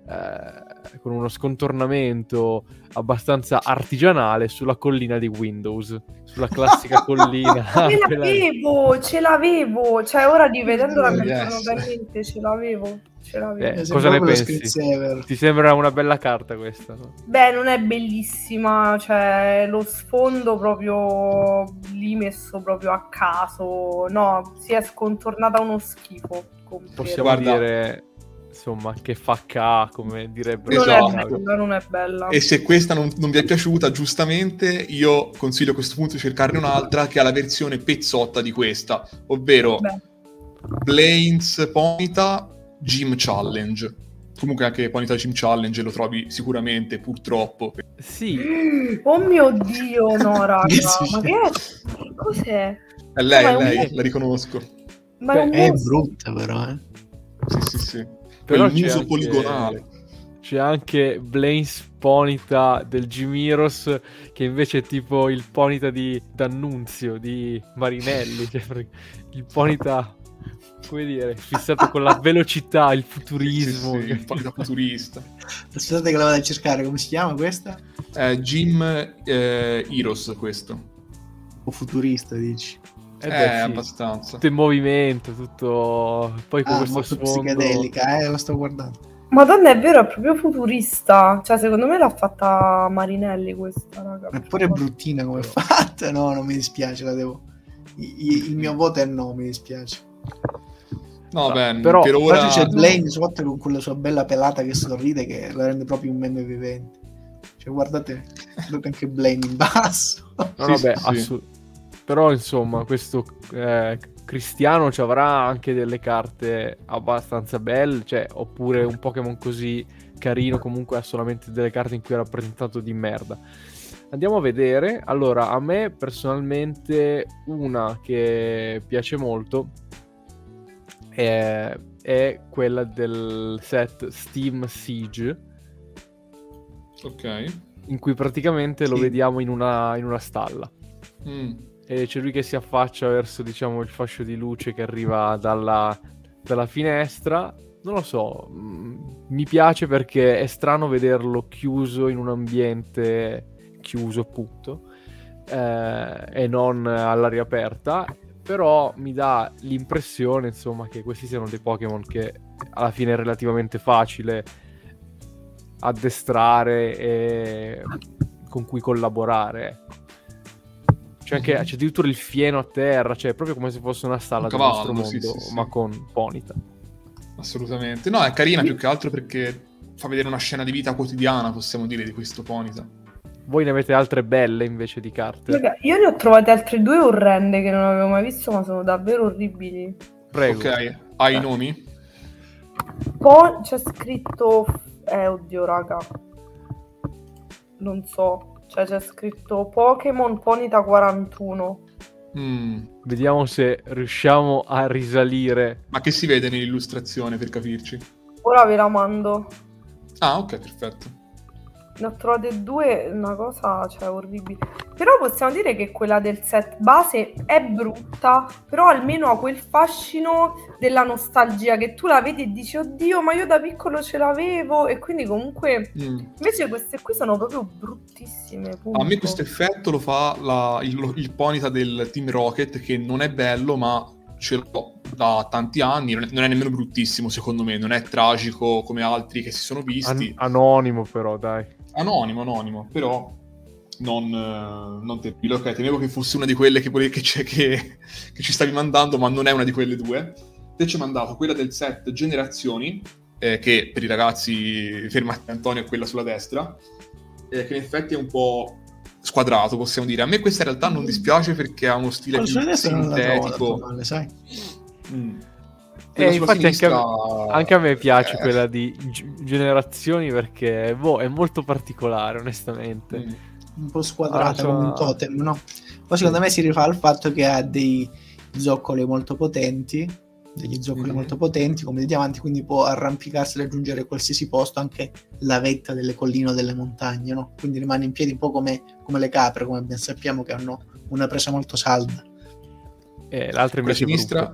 eh, con uno scontornamento abbastanza artigianale sulla collina di Windows, sulla classica collina. Ce l'avevo, ce l'avevo, cioè ora rivedendola mi Yes. torno veramente, ce l'avevo, ce l'avevo. Eh, Sembra cosa ne proprio lo pensi? screensaver. Ti sembra una bella carta questa, no? Beh, non è bellissima, cioè lo sfondo proprio lì messo proprio a caso, no, si è scontornata uno schifo. completo. Possiamo Guarda. dire, insomma, che fa ca, come direbbero. Non Esatto. è bella, non è bella. E se questa non, non vi è piaciuta, giustamente, io consiglio a questo punto di cercarne un'altra che ha la versione pezzotta di questa, ovvero Beh. Plains Ponita Gym Challenge. Comunque anche Ponita Gym Challenge lo trovi sicuramente, purtroppo. Sì, Oh mio Dio, no, raga, Che si ma che è? Cos'è? È lei, Ma è è un- lei, la riconosco. Ma è un È mostro. brutta però, eh. Sì, sì, sì. però Quel c'è muso anche- poligonale. C'è anche Blaine Ponita del Gimiros, che invece è tipo il Ponita di D'Annunzio, di Marinelli. Cioè, il Ponita, come dire, fissato con la velocità, il futurismo. Sì, sì, il Ponita futurista. Aspettate che la vado a cercare, come si chiama questa? È Gym eh, Heroes questo. O futurista, dici? Eh Eh, beh, sì. abbastanza. Tutto in movimento, tutto... Poi con Ah, questo molto sfondo... psichedelica, eh, la sto guardando. Madonna, è vero, è proprio futurista. Cioè, secondo me l'ha fatta Marinelli questa, raga. Eppure è bruttina come è fatta. No, non mi dispiace, la devo... I- i- il mio voto è no, mi dispiace. No, beh, però- per Poi ora... c'è Blaine sotto con quella sua bella pelata che sorride, che la rende proprio un meme vivente. Cioè, guardate, guardate anche Blaine in basso. No, Sì, vabbè, sì, sì. assu- però insomma, questo eh, Cristiano ci avrà anche delle carte abbastanza belle, cioè, oppure un Pokémon così carino, comunque ha solamente delle carte in cui è rappresentato di merda. Andiamo a vedere. Allora, a me personalmente una che piace molto è, è quella del set Steam Siege, Ok. in cui praticamente lo Sì. vediamo in una, in una stalla. Mm. E c'è lui che si affaccia verso, diciamo, il fascio di luce che arriva dalla, dalla finestra. Non lo so, mh, mi piace perché è strano vederlo chiuso in un ambiente chiuso, appunto, eh, e non all'aria aperta. Però mi dà l'impressione, insomma, che questi siano dei Pokémon che alla fine è relativamente facile addestrare e con cui collaborare, ecco. C'è anche c'è addirittura il fieno a terra, cioè è proprio come se fosse una stalla Un del cavallo, nostro sì, mondo, sì, sì. ma con Ponita. Assolutamente. No, è carina più che altro perché fa vedere una scena di vita quotidiana, possiamo dire, di questo Ponita. Voi ne avete altre belle invece di carte? Raga, io ne ho trovate altre due orrende che non avevo mai visto, ma sono davvero orribili. Prego. Ok, hai Eh. i nomi? Poi c'è scritto... Eh, oddio, raga. Non so. Cioè, c'è scritto Pokémon Ponita quarantuno. Mm. Vediamo se riusciamo a risalire. Ma che si vede nell'illustrazione, per capirci? Ora ve la mando. Ah, ok, perfetto. Ne ho trovate due, una cosa, cioè, orribile. Però possiamo dire che quella del set base è brutta, però almeno ha quel fascino della nostalgia che tu la vedi e dici, oddio, ma io da piccolo ce l'avevo, e quindi comunque... Mm. Invece queste qui sono proprio bruttissime, punto. A me questo effetto lo fa la- il, il Ponita del Team Rocket, che non è bello, ma ce l'ho da tanti anni. Non è, non è nemmeno bruttissimo, secondo me. Non è tragico come altri che si sono visti. An- anonimo però, dai. Anonimo, anonimo, però non, eh, non terribile. Ok, temevo che fosse una di quelle che, volevi- che, c'è- che- che ci stavi mandando, ma non è una di quelle due. Te ci hai mandato quella del set Generazioni, eh, che per i ragazzi, fermati Antonio, è quella sulla destra, eh, che in effetti è un po' squadrato, possiamo dire. A me questa in realtà non dispiace perché ha uno stile Quella più sulla destra non la trovo tanto sintetico. male, sai? Mm. Eh, Quella sulla infatti anche a, sinistra- anche a me piace eh, quella di G- Generazioni perché boh, è molto particolare, onestamente. mm. Un po' squadrata Ah, come un cioè- totem, no? Poi secondo me si rifà al fatto che ha dei zoccoli molto potenti, degli zoccoli Mhm. molto potenti come dei diamanti, quindi può arrampicarsi e raggiungere qualsiasi posto, anche la vetta delle colline o delle montagne, no? Quindi rimane in piedi un po' come, come le capre, come ben sappiamo, che hanno una presa molto salda. E l'altra invece è sinistra- brutta, però.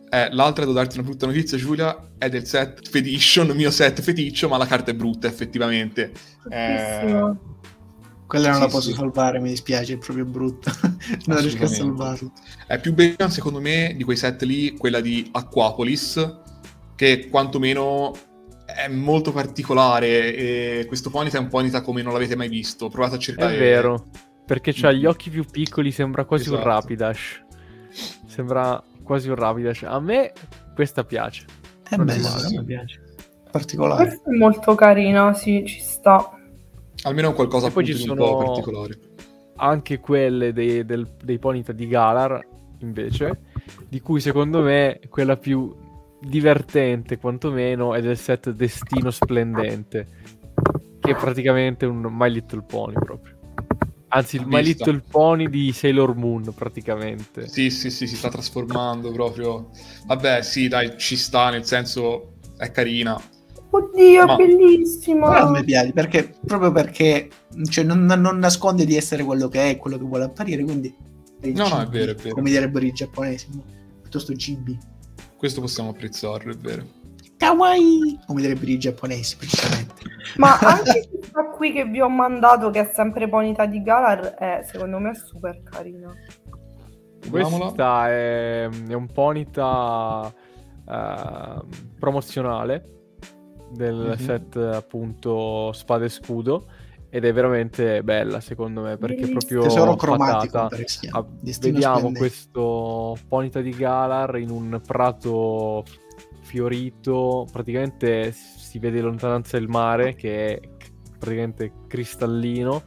Eh, l'altra, devo darti una brutta notizia, Giulia, è del set Fedition, mio set feticcio, ma la carta è brutta, effettivamente. Eh... Quella non sì, la posso sì. salvare, mi dispiace, è proprio brutta. Non riesco a salvarla. È più bella, secondo me, di quei set lì, quella di Aquapolis, che quantomeno è molto particolare, e questo Ponyta è un Ponyta come non l'avete mai visto. Provate a cercare. È vero, perché c'ha gli occhi più piccoli, sembra quasi Esatto. un Rapidash. Sembra quasi un Rapidash. A me questa piace. È Non bella, male, sì. mi piace. Particolare. Questa è molto carina, sì, ci sta. Almeno è qualcosa E poi appunto ci di un sono po' particolare. anche quelle dei, del, dei Ponyta di Galar, invece, di cui secondo me quella più divertente, quantomeno, è del set Destino Splendente, che è praticamente un My Little Pony proprio. Anzi, il My Vista. Little Pony di Sailor Moon, praticamente. Sì, sì, sì, si sta trasformando proprio. Vabbè, sì, dai, ci sta, nel senso, è carina. Oddio, Ma- bellissima. Però a me piace, perché, proprio perché cioè, non, non nasconde di essere quello che è, quello che vuole apparire, quindi... No, no, è vero, è vero. Come direbbero i giapponesi, no? Piuttosto G B. Questo possiamo apprezzarlo, è vero. Kawaii! Come direbbero i giapponesi, precisamente. Ma anche questa qui che vi ho mandato, che è sempre Ponyta di Galar, è, secondo me è super carina. Vediamola. Questa è, è un Ponyta eh, promozionale del Mhm. set appunto Spada e Scudo, ed è veramente bella secondo me, perché è Bellissima. proprio Tesoro cromatico, fatata. pare che si chiama. Ah, Destino vediamo splendente. questo Ponyta di Galar in un prato fiorito, praticamente si vede in lontananza il mare che è praticamente cristallino,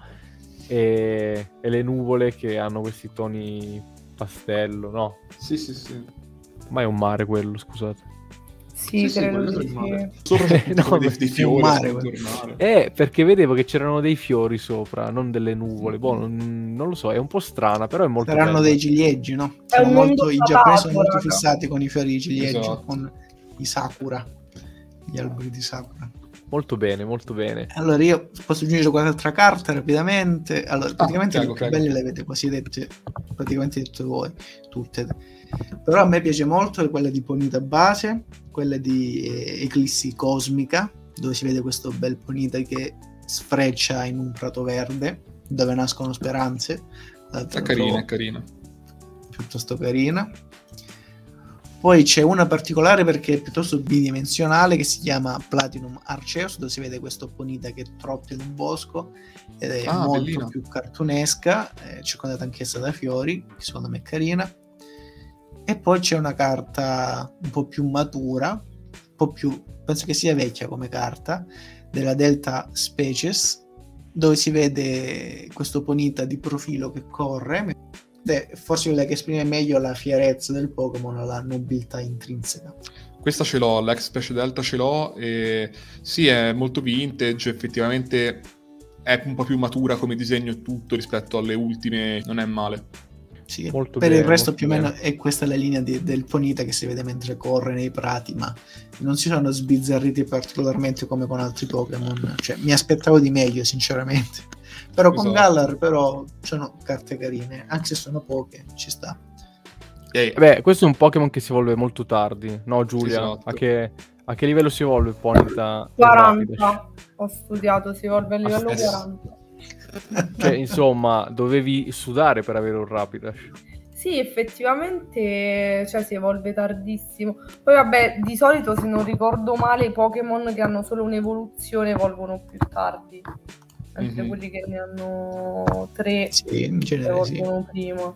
e, e le nuvole che hanno questi toni pastello, no? Sì, sì, sì. Ma è un mare quello, scusate. Sì, Sì, sì, credo quello di è sì. male. Sopra c'è No, tipo dei, ma- dei è fiori un mare, a quello. contornare. Eh, perché vedevo che c'erano dei fiori sopra, non delle nuvole. Boh, non, non lo so, è un po' strana, però è molto Saranno bella. dei ciliegi, no? È Sono un molto, mondo I giapponesi sono fatato, molto raga. fissati con i fiori di ciliegio, Esatto. con i sakura, gli alberi di sakura. Molto bene, molto bene. Allora io posso aggiungere qualche altra carta rapidamente. Allora, praticamente prego, le più prego. belle le avete quasi dette, praticamente dette voi, tutte. Però a me piace molto quella di Ponyta base, quella di eh, Eclissi Cosmica, dove si vede questo bel Ponyta che sfreccia in un prato verde, dove nascono speranze. L'altra È la carina, trovo è carina. piuttosto carina. Poi c'è una particolare perché è piuttosto bidimensionale, che si chiama Platinum Arceus, dove si vede questo Ponyta che trotta in un bosco ed è Ah, molto bellina. più cartunesca, è circondata anch'essa da fiori, che secondo me è carina. E poi c'è una carta un po' più matura, un po' più, penso che sia vecchia come carta, della Delta Species, dove si vede questo Ponyta di profilo che corre, ed è forse quella che esprime meglio la fierezza del Pokémon, la nobiltà intrinseca. Questa ce l'ho, l'ex Specie Delta ce l'ho, e sì, è molto vintage, effettivamente è un po' più matura come disegno e tutto rispetto alle ultime, non è male. Sì, Molto per bene, il resto molto più o meno bene. è questa la linea di- del Ponyta che si vede mentre corre nei prati, ma non si sono sbizzarriti particolarmente come con altri Pokémon. Cioè, mi aspettavo di meglio, sinceramente. Però con Esatto. Galar però sono carte carine, anche se sono poche, ci sta. E Beh, questo è un Pokémon che si evolve molto tardi, no Giulia? Esatto. A, che, a che livello si evolve il Ponyta? quaranta. Ho studiato, si evolve a livello Ah, sì. quaranta. Cioè, insomma, dovevi sudare per avere un Rapidash. Sì, effettivamente, cioè, si evolve tardissimo. Poi vabbè, di solito, se non ricordo male, i Pokémon che hanno solo un'evoluzione evolvono più tardi, mentre Mhm. quelli che ne hanno tre Sì, in genere sì. evolvono prima.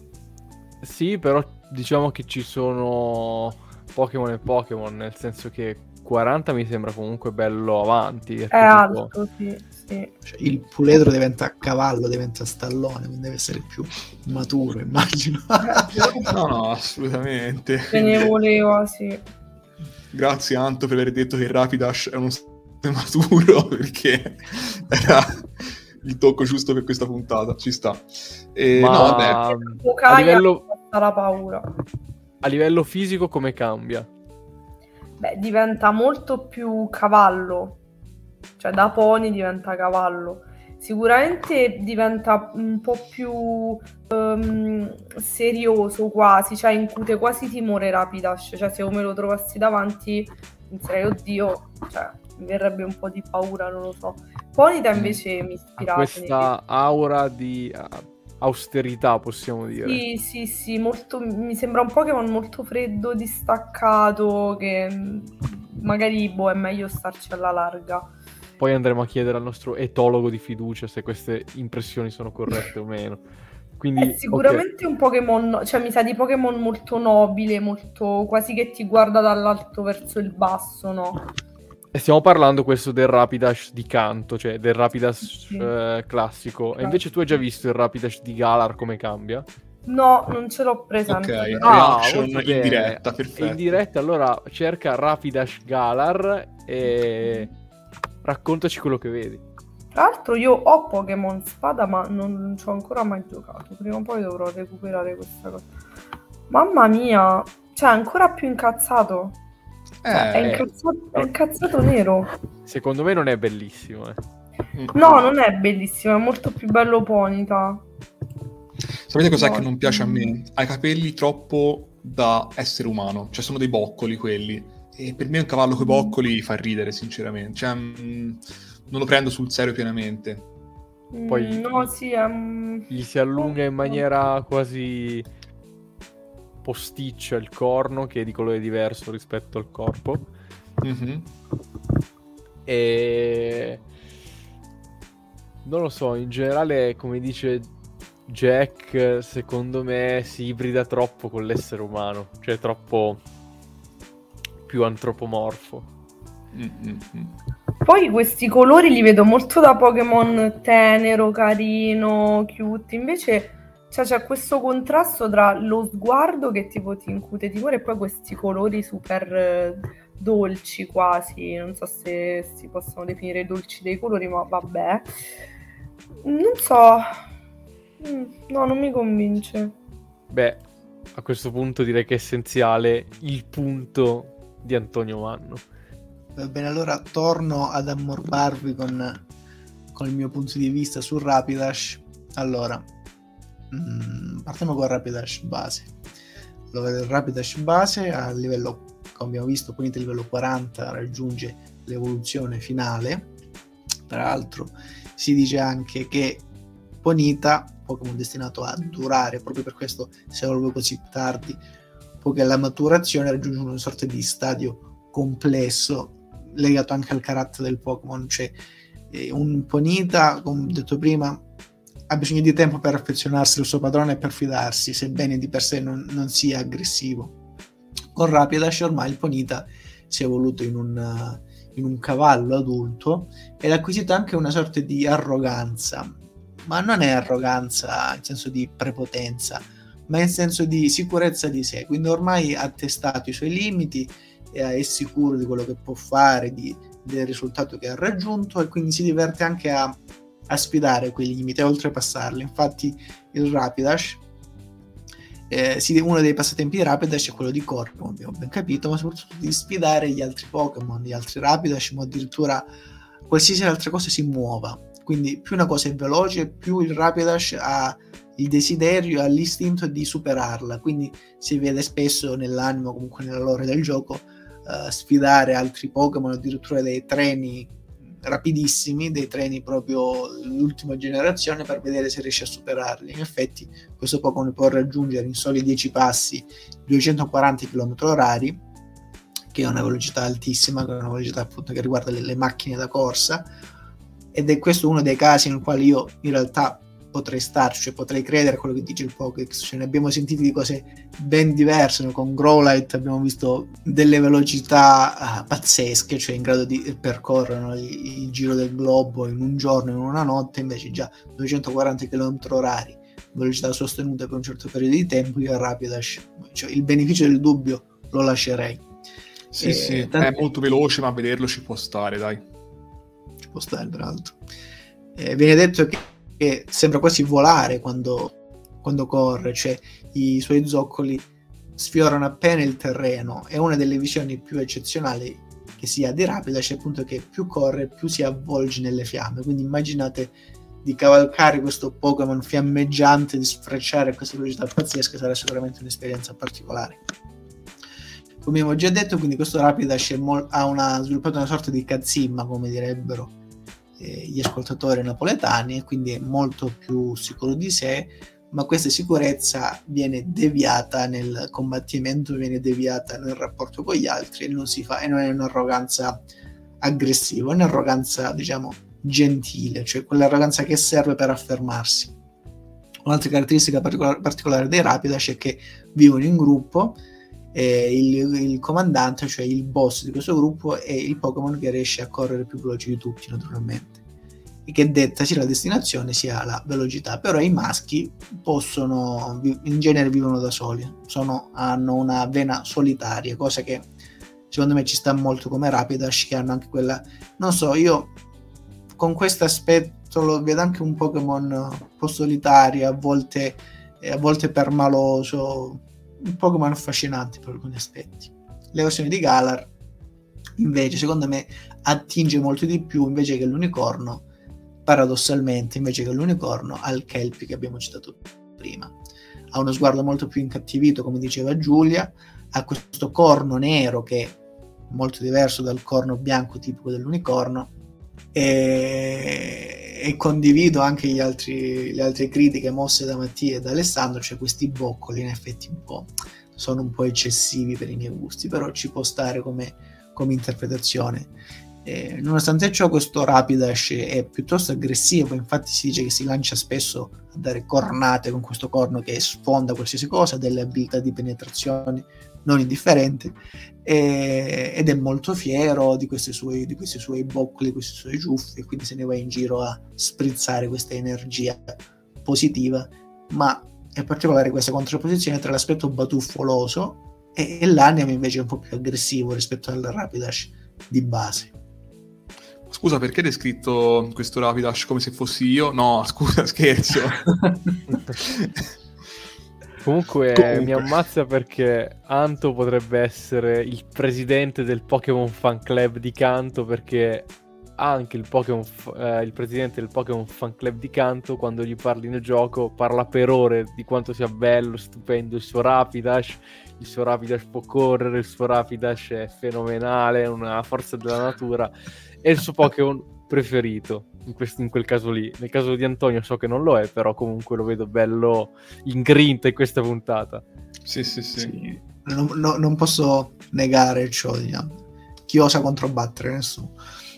Sì, però diciamo che ci sono Pokémon e Pokémon, nel senso che quaranta mi sembra comunque bello avanti. È ecco, tipo- alto, sì, sì. Cioè, il puledro diventa cavallo, diventa stallone, quindi deve essere più maturo, immagino. no, no, assolutamente. Se ne voleva, sì. Grazie Anto per aver detto che il Rapidash è uno stile maturo, perché era il tocco giusto per questa puntata, ci sta. E, Ma no, vabbè, a Okaya livello, basta la paura. a livello fisico come cambia? Beh, diventa molto più cavallo. Cioè, da pony diventa cavallo. sicuramente diventa un po' più um, serioso quasi, cioè incute quasi timore Rapidash, cioè se io me lo trovassi davanti penserei oddio, cioè mi verrebbe un po' di paura, non lo so. Ponyta invece mi ispira. Questa aura di uh, austerità, possiamo dire. Sì, sì, sì, molto, mi sembra un Pokémon molto freddo, distaccato, che magari boh, è meglio starci alla larga. Poi andremo a chiedere al nostro etologo di fiducia se queste impressioni sono corrette o meno. Quindi, è sicuramente okay. Un Pokémon, cioè mi sa di Pokémon molto nobile, molto quasi che ti guarda dall'alto verso il basso, no? E stiamo parlando questo del Rapidash di canto, cioè del Rapidash sì. eh, classico. E invece tu hai già visto il Rapidash di Galar come cambia? No, non ce l'ho presente. Ok, ah, reaction in bene. diretta, perfetto. In diretta, allora cerca Rapidash Galar e raccontaci quello che vedi. Tra l'altro io ho Pokémon Spada, ma non ci ho ancora mai giocato. Prima o poi dovrò recuperare questa cosa. Mamma mia, cioè ancora più incazzato. Eh, cioè, è, incazzato, è incazzato nero. Secondo me non è bellissimo, eh. No, non è bellissimo, è molto più bello Ponyta. Sapete cos'è no, che non piace a me? Ha i capelli troppo da essere umano, cioè sono dei boccoli quelli. E per me un cavallo coi boccoli fa ridere, sinceramente. Cioè, mh, non lo prendo sul serio pienamente. Poi mm, no, sì, è... gli si allunga in maniera quasi posticcia il corno, che è di colore diverso rispetto al corpo. Mm-hmm. E non lo so, in generale, come dice Jack, secondo me si ibrida troppo con l'essere umano, cioè troppo più antropomorfo. Mm-hmm. Poi questi colori li vedo molto da Pokémon tenero, carino, cute, invece cioè, c'è questo contrasto tra lo sguardo che tipo ti incute timore e poi questi colori super eh, dolci quasi, non so se si possono definire dolci dei colori, ma vabbè, non so, mm, no, non mi convince. Beh, a questo punto direi che è essenziale il punto di Antonio Manno. Va bene, allora torno ad ammorbarvi con, con il mio punto di vista su Rapidash. Allora, mh, partiamo con Rapidash base. Allora, il Rapidash base a livello, come abbiamo visto, Ponyta a livello quaranta raggiunge l'evoluzione finale. Tra l'altro si dice anche che Ponyta, Pokémon destinato a durare, proprio per questo si evolve così tardi, poiché alla maturazione raggiunge una sorta di stadio complesso legato anche al carattere del Pokémon, cioè eh, un Ponyta, come detto prima, ha bisogno di tempo per affezionarsi al suo padrone e per fidarsi, sebbene di per sé non, non sia aggressivo. Con Rapidash ormai il Ponyta si è evoluto in un, in un cavallo adulto ed ha acquisito anche una sorta di arroganza, ma non è arroganza in senso di prepotenza, ma in senso di sicurezza di sé, quindi ormai ha testato i suoi limiti, è sicuro di quello che può fare, di, del risultato che ha raggiunto, e quindi si diverte anche a, a sfidare quei limiti, a oltrepassarli. Infatti il Rapidash, eh, sì, uno dei passatempi di Rapidash è quello di correre, come abbiamo ben capito, ma soprattutto di sfidare gli altri Pokémon, gli altri Rapidash, ma addirittura qualsiasi altra cosa si muova. Quindi più una cosa è veloce, più il Rapidash ha il desiderio, ha l'istinto di superarla, quindi si vede spesso nell'animo, comunque nella lore del gioco, uh, sfidare altri Pokémon, addirittura dei treni rapidissimi, dei treni proprio l'ultima generazione, per vedere se riesce a superarli. In effetti questo Pokémon può raggiungere in soli dieci passi duecentoquaranta chilometri orari, che è una velocità altissima, che è una velocità appunto che riguarda le, le macchine da corsa, ed è questo uno dei casi nel quale io in realtà potrei starci, cioè potrei credere a quello che dice il Pokédex. Cioè, ne abbiamo sentiti di cose ben diverse, no? Con Growlithe abbiamo visto delle velocità uh, pazzesche, cioè in grado di percorrere, no? il, il giro del globo in un giorno, in una notte, invece già duecentoquaranta chilometri orari, velocità sostenute per un certo periodo di tempo. Io a Rapidash, cioè, il beneficio del dubbio lo lascerei. Sì, e, sì, tant- è molto veloce, ma a vederlo ci può stare, dai. Ci può stare, peraltro. Eh, viene detto che che sembra quasi volare quando, quando corre, cioè i suoi zoccoli sfiorano appena il terreno. È una delle visioni più eccezionali che si ha di Rapidash, appunto, che più corre più si avvolge nelle fiamme. Quindi immaginate di cavalcare questo Pokémon fiammeggiante, di sfrecciare a questa velocità pazzesca, sarà sicuramente un'esperienza particolare. Come abbiamo già detto, quindi questo Rapidash mo- ha una, sviluppato una sorta di cazzimma, come direbbero eh, gli ascoltatori napoletani, e quindi è molto più sicuro di sé, ma questa sicurezza viene deviata nel combattimento, viene deviata nel rapporto con gli altri, e non si fa, e non è un'arroganza aggressiva, è un'arroganza, diciamo, gentile, cioè quell'arroganza che serve per affermarsi. Un'altra caratteristica particolare, particolare dei Rapidash è che vivono in gruppo, e il, il comandante, cioè il boss di questo gruppo, è il Pokémon che riesce a correre più veloce di tutti, naturalmente, e che detta sia la destinazione sia la velocità. Però i maschi possono, in genere vivono da soli, sono, hanno una vena solitaria, cosa che secondo me ci sta molto come Rapidash, che hanno anche quella, non so, io con questo aspetto lo vedo anche un Pokémon un po' solitario, a volte, a volte permaloso, un Pokémon affascinante per alcuni aspetti. Le versioni di Galar invece secondo me attinge molto di più, invece che l'unicorno, paradossalmente, invece che l'unicorno, al Kelpie che abbiamo citato prima. Ha uno sguardo molto più incattivito, come diceva Giulia, ha questo corno nero che è molto diverso dal corno bianco tipico dell'unicorno, e, e condivido anche gli altri, le altre critiche mosse da Mattia e da Alessandro, cioè questi boccoli in effetti un po' sono un po' eccessivi per i miei gusti, però ci può stare come, come interpretazione. Eh, nonostante ciò, questo Rapidash è piuttosto aggressivo, infatti si dice che si lancia spesso a dare cornate con questo corno che sfonda qualsiasi cosa, ha delle abilità di penetrazione non indifferente, e, ed è molto fiero di questi suoi, di questi suoi boccoli, di questi suoi ciuffi, e quindi se ne va in giro a sprizzare questa energia positiva. Ma è particolare questa contrapposizione tra l'aspetto batuffoloso e, e l'anime invece un po' più aggressivo rispetto al Rapidash di base. Scusa, perché hai descritto questo Rapidash come se fossi io? No, scusa, scherzo. Comunque, Comunque mi ammazza perché Anto potrebbe essere il presidente del Pokémon Fan Club di Kanto, perché anche il, Pokémon f- eh, il presidente del Pokémon Fan Club di Kanto, quando gli parli nel gioco, parla per ore di quanto sia bello, stupendo il suo Rapidash. Il suo Rapidash può correre, il suo Rapidash è fenomenale, è una forza della natura, è il suo Pokémon preferito in, questo, in quel caso lì. Nel caso di Antonio so che non lo è, però comunque lo vedo bello in grinta in questa puntata. Sì, sì, sì. sì. Non, no, non posso negare ciò, diciamo. Chi osa controbattere? Nessuno.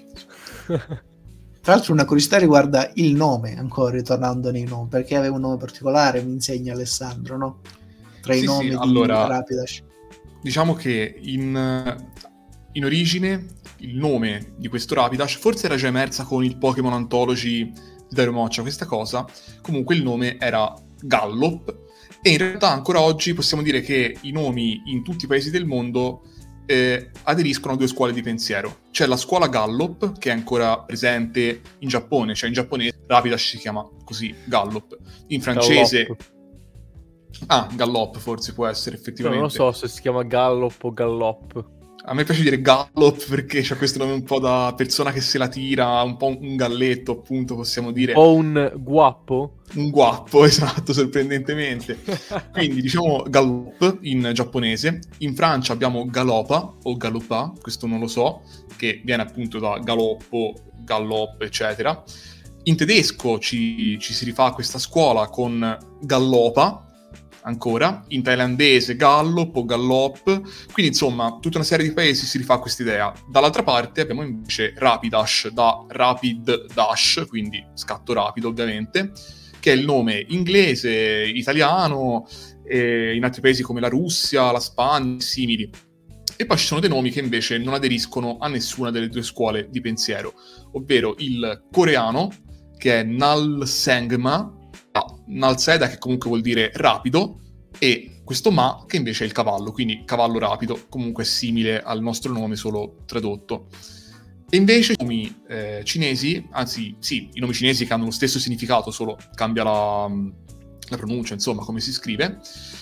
Tra l'altro una curiosità riguarda il nome, ancora ritornando nei nomi, perché aveva un nome particolare, mi insegna Alessandro, no? Tra sì, i nomi sì, di allora, Rapidash. Diciamo che in, in origine il nome di questo Rapidash forse era già emersa con il Pokémon Anthology di Dario Moccia, questa cosa. Comunque il nome era Gallop, e in realtà ancora oggi possiamo dire che i nomi in tutti i paesi del mondo eh, aderiscono a due scuole di pensiero. C'è la scuola Gallop, che è ancora presente in Giappone, cioè in giapponese Rapidash si chiama così, Gallop. In francese... Gallop. Ah, Gallop forse può essere effettivamente. No, non so se si chiama Gallop o Gallop. A me piace dire Gallop perché c'è questo nome un po' da persona che se la tira, un po' un galletto, appunto, possiamo dire. O un guappo? Un guappo, esatto, sorprendentemente. Quindi diciamo Gallop in giapponese. In Francia abbiamo Galopa o Galopa, questo non lo so, che viene appunto da galoppo, gallop, eccetera. In tedesco ci, ci si rifà a questa scuola con Gallopa, ancora, in thailandese Gallop o Gallop, quindi insomma tutta una serie di paesi si rifà a quest'idea. Dall'altra parte abbiamo invece Rapidash, da Rapid Dash, quindi scatto rapido ovviamente, che è il nome inglese, italiano, e in altri paesi come la Russia, la Spagna, simili. E poi ci sono dei nomi che invece non aderiscono a nessuna delle due scuole di pensiero, ovvero il coreano, che è Nalsengma, Nalseda, che comunque vuol dire rapido, e questo Ma, che invece è il cavallo, quindi cavallo rapido, comunque simile al nostro nome, solo tradotto. E invece i nomi eh, cinesi, anzi sì, i nomi cinesi che hanno lo stesso significato, solo cambia la, la pronuncia, insomma, come si scrive,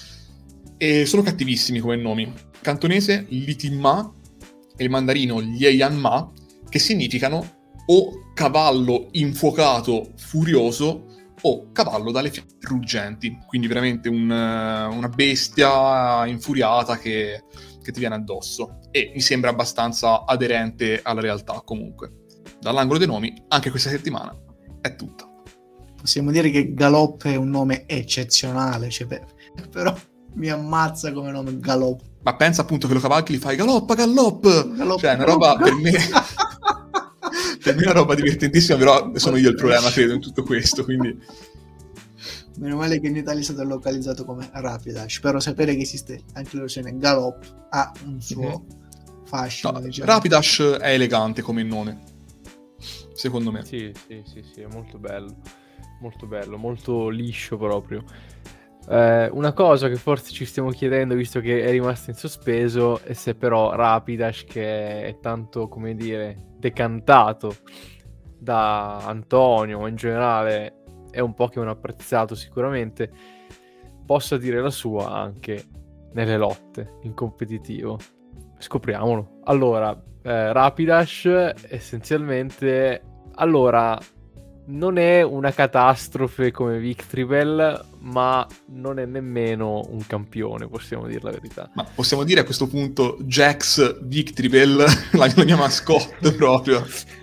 e sono cattivissimi come nomi. Il cantonese Li Tin Ma e il mandarino Lieyan Ma, che significano o cavallo infuocato furioso o cavallo dalle fiamme ruggenti, quindi veramente un, una bestia infuriata che, che ti viene addosso, e mi sembra abbastanza aderente alla realtà. Comunque, dall'angolo dei nomi, anche questa settimana è tutta. Possiamo dire che Galop è un nome eccezionale, cioè, per... però mi ammazza come nome Galop. Ma pensa appunto che lo cavalchi, li fai galoppa, gallop, Galop, cioè è una galop, roba galop. per me per me è una roba divertentissima, però sono io il problema, credo, in tutto questo, quindi meno male che in Italia è stato localizzato come Rapidash, però sapere che esiste anche la versione Galop ha un suo mm-hmm. fascino, no, diciamo. Rapidash è elegante come nome, secondo me. Sì, sì, sì, sì, è molto bello, molto bello, molto liscio proprio. Eh, una cosa che forse ci stiamo chiedendo, visto che è rimasto in sospeso, è se però Rapidash, che è tanto, come dire, decantato da Antonio, ma in generale è un Pokémon apprezzato sicuramente, possa dire la sua anche nelle lotte in competitivo. Scopriamolo. Allora, eh, Rapidash essenzialmente, allora, non è una catastrofe come Victreebel, ma non è nemmeno un campione, possiamo dire la verità. Ma possiamo dire a questo punto Jax Victreebel, la, la mia mascotte proprio.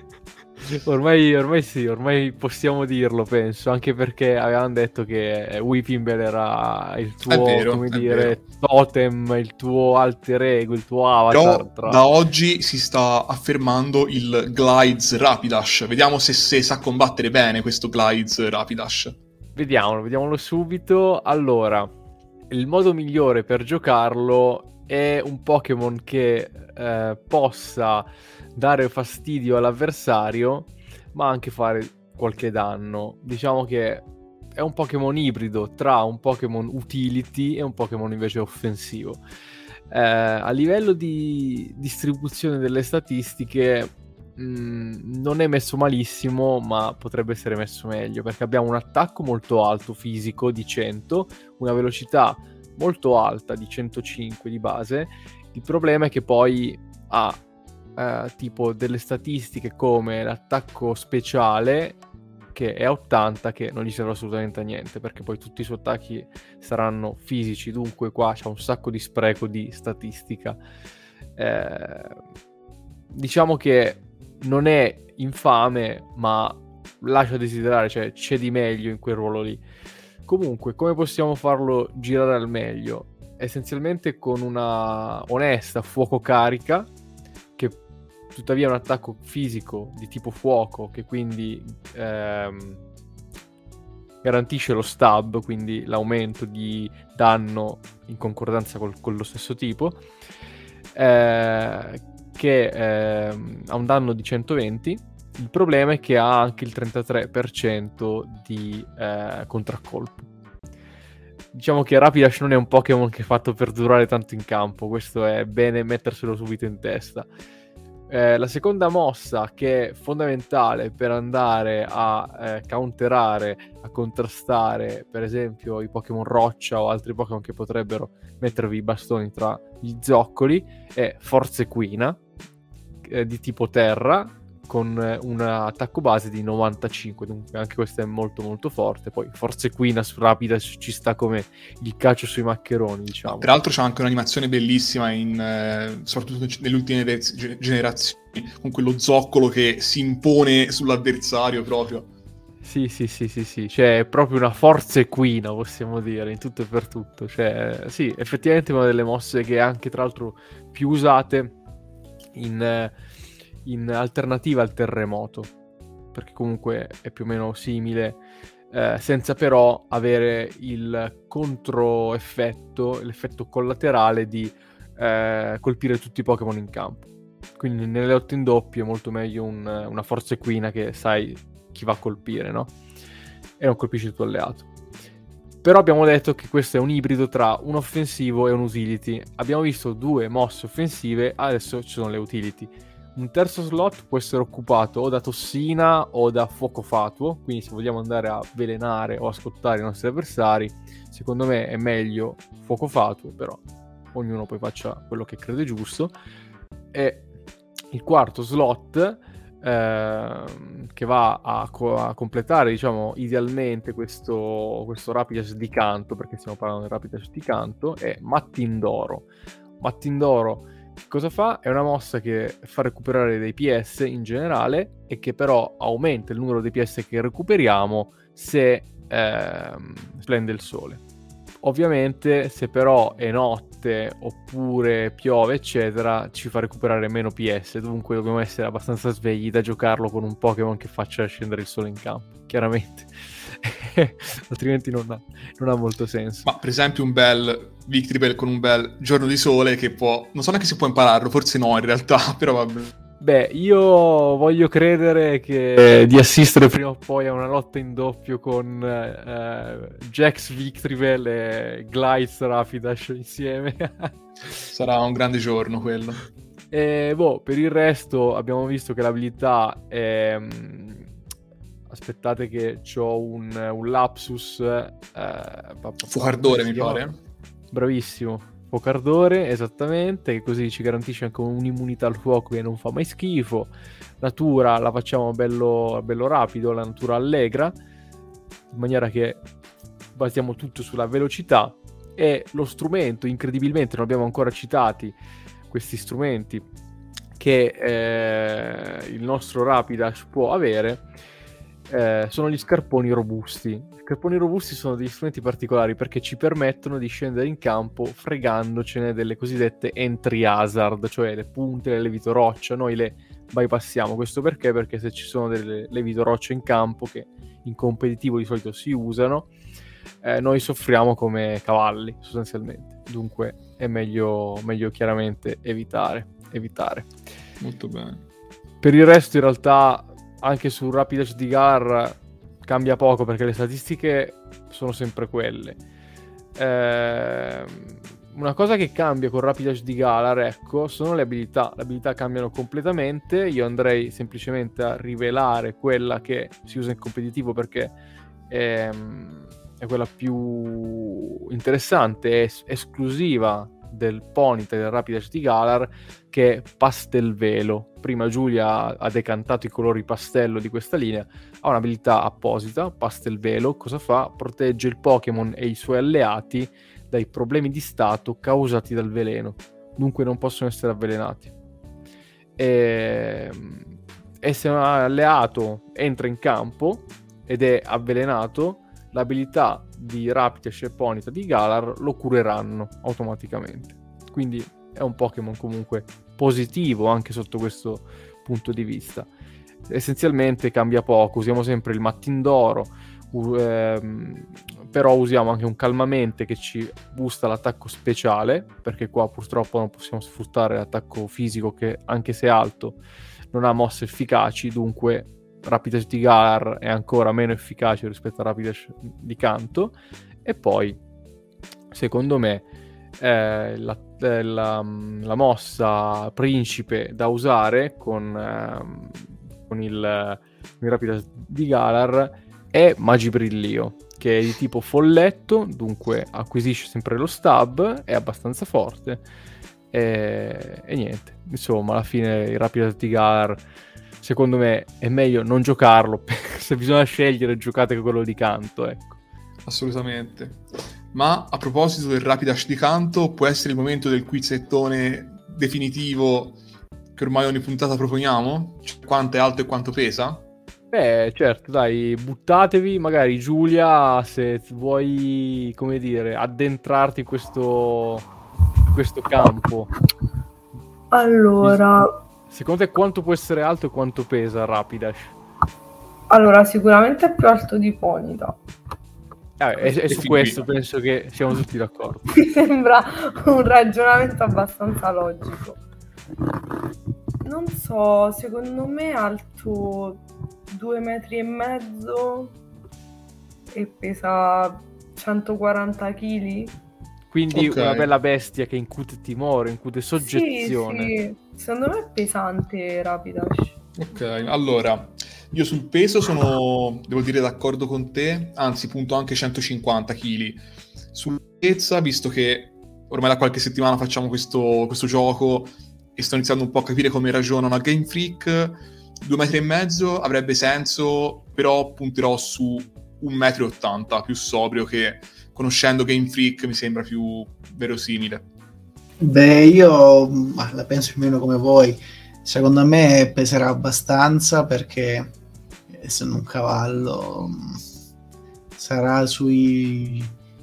Ormai, ormai sì, ormai possiamo dirlo, penso, anche perché avevano detto che Weepinbell era il tuo, vero, come dire, totem, il tuo alter ego, il tuo avatar. Però tra... da oggi si sta affermando il Glides Rapidash. Vediamo se, se sa combattere bene questo Glides Rapidash. Vediamolo, vediamolo subito. Allora, il modo migliore per giocarlo è un Pokémon che eh, possa dare fastidio all'avversario, ma anche fare qualche danno. Diciamo che è un Pokémon ibrido tra un Pokémon utility e un Pokémon invece offensivo. Eh, a livello di distribuzione delle statistiche mh, non è messo malissimo, ma potrebbe essere messo meglio, perché abbiamo un attacco molto alto fisico di cento, una velocità molto alta di centocinque di base. Il problema è che poi ha eh, tipo delle statistiche come l'attacco speciale, che è a ottanta, che non gli serve assolutamente a niente, perché poi tutti i suoi attacchi saranno fisici, dunque qua c'è un sacco di spreco di statistica. Eh, diciamo che non è infame, ma lascia desiderare, cioè c'è di meglio in quel ruolo lì. Comunque, come possiamo farlo girare al meglio? Essenzialmente con una onesta fuoco carica, che tuttavia è un attacco fisico di tipo fuoco, che quindi ehm, garantisce lo stab, quindi l'aumento di danno in concordanza col, con lo stesso tipo, eh, che eh, ha un danno di centoventi. Il problema è che ha anche il trentatré per cento di eh, contraccolpo. Diciamo che Rapidash non è un Pokémon che è fatto per durare tanto in campo, questo è bene metterselo subito in testa. Eh, la seconda mossa, che è fondamentale per andare a eh, counterare, a contrastare per esempio i Pokémon roccia o altri Pokémon che potrebbero mettervi i bastoni tra gli zoccoli, è Forzequina, eh, di tipo terra, con un attacco base di novantacinque, dunque anche questo è molto molto forte. Poi Forzequina su Rapidash ci sta come il calcio sui maccheroni, diciamo. Peraltro c'è anche un'animazione bellissima in, eh, soprattutto nelle ultime vers- generazioni, con quello zoccolo che si impone sull'avversario proprio. Sì, sì, sì, sì, sì, cioè è proprio una Forzequina, possiamo dire, in tutto e per tutto. Cioè, sì, effettivamente è una delle mosse che è anche tra l'altro più usate in... in alternativa al terremoto, perché comunque è più o meno simile, eh, senza però avere il controeffetto, l'effetto collaterale di eh, colpire tutti i Pokémon in campo. Quindi nelle lotte in doppio è molto meglio un, una Forzequina che sai chi va a colpire, no? E non colpisce il tuo alleato. Però abbiamo detto che questo è un ibrido tra un offensivo e un utility. Abbiamo visto due mosse offensive, adesso ci sono le utility. Un terzo slot può essere occupato o da tossina o da fuoco fatuo, quindi se vogliamo andare a avvelenare o a scottare i nostri avversari, secondo me è meglio fuoco fatuo, però ognuno poi faccia quello che crede giusto. E il quarto slot ehm, che va a, co- a completare, diciamo, idealmente questo, questo Rapidash di canto, perché stiamo parlando di Rapidash di canto, è Mattindoro. Mattindoro che cosa fa? È una mossa che fa recuperare dei P S in generale e che però aumenta il numero dei P S che recuperiamo se ehm, splende il sole. Ovviamente se però è notte oppure piove eccetera ci fa recuperare meno P S, dunque dobbiamo essere abbastanza svegli da giocarlo con un Pokémon che faccia scendere il sole in campo, chiaramente. Altrimenti non ha, non ha molto senso. Ma per esempio un bel Victreebel con un bel giorno di sole che può, non so neanche se può impararlo, forse no in realtà, però vabbè. Beh, io voglio credere che di assistere prima o poi a una lotta in doppio con eh, Jax Victreebel e Glides Rapidash insieme. Sarà un grande giorno quello. E boh, per il resto abbiamo visto che l'abilità è... Aspettate che c'ho un, un lapsus. Eh, Fuocardore mi pare. Bravissimo. Fuocardore, esattamente, che così ci garantisce anche un'immunità al fuoco che non fa mai schifo. Natura la facciamo bello, bello rapido, la natura allegra, in maniera che basiamo tutto sulla velocità. E lo strumento, incredibilmente, non abbiamo ancora citati questi strumenti che eh, il nostro Rapidash può avere. Eh, sono gli scarponi robusti. Gli scarponi robusti sono degli strumenti particolari perché ci permettono di scendere in campo fregandocene delle cosiddette entry hazard, cioè le punte, le levito roccia. Noi le bypassiamo. Questo perché? Perché se ci sono delle levito roccia in campo che in competitivo di solito si usano, eh, noi soffriamo come cavalli sostanzialmente. Dunque è meglio, meglio chiaramente evitare, evitare. Molto bene. Per il resto in realtà anche su Rapidash di Galar cambia poco perché le statistiche sono sempre quelle. Eh, una cosa che cambia con Rapidash di Galar, ecco, sono le abilità. Le abilità cambiano completamente. Io andrei semplicemente a rivelare quella che si usa in competitivo perché è, è quella più interessante, è esclusiva del Ponyta del Rapidash di Galar, che è Pastelvelo. Prima Giulia ha decantato i colori pastello di questa linea. Ha un'abilità apposita, Pastelvelo. Cosa fa? Protegge il Pokémon e i suoi alleati dai problemi di stato causati dal veleno, dunque non possono essere avvelenati. E, e se un alleato entra in campo ed è avvelenato, l'abilità di Rapidash e Ponyta di Galar lo cureranno automaticamente. Quindi è un Pokémon comunque positivo anche sotto questo punto di vista. Essenzialmente cambia poco, usiamo sempre il Mattindoro, uh, ehm, però usiamo anche un Calmamente che ci boosta l'attacco speciale, perché qua purtroppo non possiamo sfruttare l'attacco fisico che, anche se alto, non ha mosse efficaci, dunque Rapidash di Galar è ancora meno efficace rispetto a Rapidash di canto. E poi secondo me eh, la, eh, la, la mossa principe da usare con, eh, con il, il Rapidash di Galar è Magibrillio, che è di tipo folletto, dunque acquisisce sempre lo stab, è abbastanza forte e, e niente, insomma alla fine il Rapidash di Galar secondo me è meglio non giocarlo. Se bisogna scegliere, giocate con quello di canto, ecco. Assolutamente. Ma a proposito del Rapidash di canto, può essere il momento del quizzettone definitivo che ormai ogni puntata proponiamo? Cioè, quanto è alto e quanto pesa? Beh, certo, dai, buttatevi. Magari Giulia, se vuoi, come dire, addentrarti in questo, in questo campo. Allora... Secondo te quanto può essere alto e quanto pesa Rapidash? Allora, sicuramente è più alto di Ponyta. Eh, e, e su questo penso che siamo tutti d'accordo. Mi sembra un ragionamento abbastanza logico. Non so, secondo me è alto due metri e mezzo e pesa centoquaranta chili. Quindi okay. Una bella bestia che incute timore, incute soggezione. Sì, sì. Secondo me è pesante Rapidash. Ok, allora, io sul peso sono, devo dire, d'accordo con te, anzi punto anche centocinquanta chili. Sull'altezza, visto che ormai da qualche settimana facciamo questo, questo gioco e sto iniziando un po' a capire come ragiona una Game Freak, due metri e mezzo avrebbe senso, però punterò su un metro e ottanta, più sobrio, che conoscendo Game Freak mi sembra più verosimile. Beh, io ma, la penso più o meno come voi. Secondo me peserà abbastanza, perché essendo un cavallo sarà sui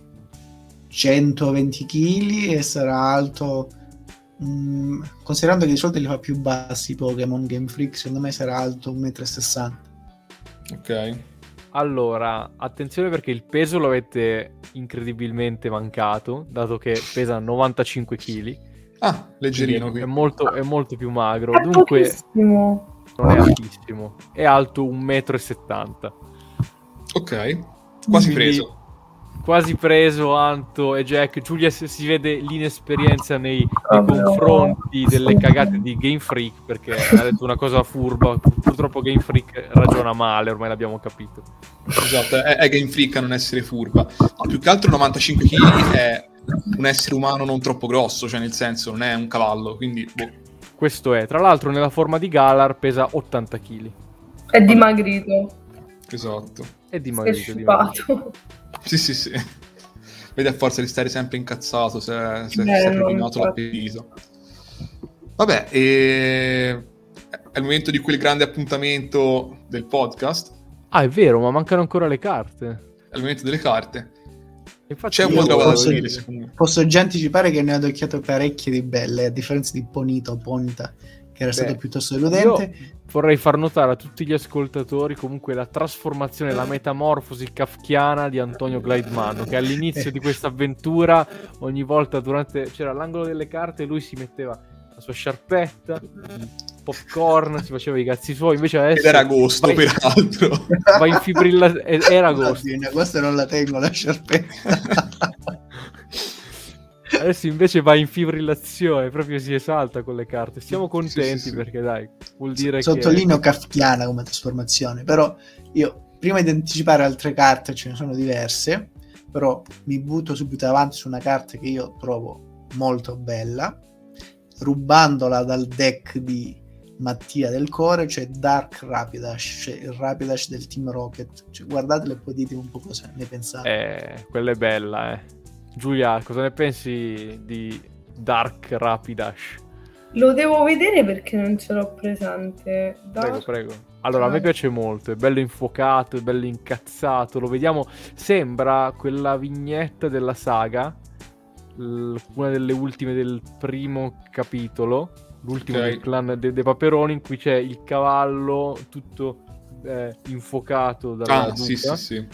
centoventi chili e sarà alto, mh, considerando che di solito li fa più bassi Pokémon Game Freak, secondo me sarà alto un metro e sessanta. Ok. Allora, attenzione, perché il peso lo avete incredibilmente mancato, dato che pesa novantacinque chili. Ah, leggerino qui. È molto, è molto più magro. È Dunque pochissimo. non è altissimo. È alto un metro e settanta. Ok, quasi Quindi, preso. Quasi preso Anto e Jack. Giulia si si vede l'inesperienza nei, nei Vabbè, confronti delle sì. cagate di Game Freak, perché ha detto una cosa furba. Purtroppo Game Freak ragiona male, ormai l'abbiamo capito. Esatto, è, è Game Freak a non essere furba. Ma più che altro novantacinque chili è un essere umano non troppo grosso, cioè nel senso non è un cavallo, quindi boh. Questo è, tra l'altro, nella forma di Galar pesa ottanta chili. È dimagrito. Esatto. È È dimagrito, dimagrito. sciupato. Sì, sì, sì. Vedi, a forza di stare sempre incazzato, si è, si è- Beh, si è no, rovinato infatti. l'appetito. Vabbè, e... è il momento di quel grande appuntamento del podcast, Ah, è vero, ma mancano ancora le carte. è il momento delle carte. Infatti C'è un Io po' di roba da posso- dire, secondo me. Posso già anticipare che ne ho adocchiato parecchie di belle, a differenza di Ponita o Ponita, che era Beh, stato piuttosto deludente. Io vorrei far notare a tutti gli ascoltatori comunque la trasformazione, la metamorfosi kafkiana di Antonio Glideman, che all'inizio di questa avventura, ogni volta durante c'era l'angolo delle carte, lui si metteva la sua sciarpetta, il popcorn, si faceva i cazzi suoi, invece adesso Ed era agosto, vai, peraltro. va in fibrillazione. Era agosto. Oddio, questa non la tengo, la sciarpetta. Adesso invece va in fibrillazione, proprio si esalta con le carte. Siamo contenti, sì, sì. perché dai, vuol dire Sottolineo kafkiana come trasformazione, però io prima di anticipare altre carte, ce ne sono diverse, però mi butto subito avanti su una carta che io trovo molto bella, rubandola dal deck di Mattia del Core, cioè Dark Rapidash, cioè il Rapidash del Team Rocket. Cioè, guardatelo e poi ditemi un po' cosa ne pensate. che... Eh, quella è bella, eh. Giulia, cosa ne pensi di Dark Rapidash? Lo devo vedere perché non ce l'ho presente. Prego, Dark- prego. Allora, a me piace molto, è bello infuocato, è bello incazzato, lo vediamo, sembra quella vignetta della saga, l- una delle ultime del primo capitolo, l'ultimo Ok. del clan de- dei Paperoni, in cui c'è il cavallo tutto eh, infuocato dalla Ah, sì, duca, sì, sì.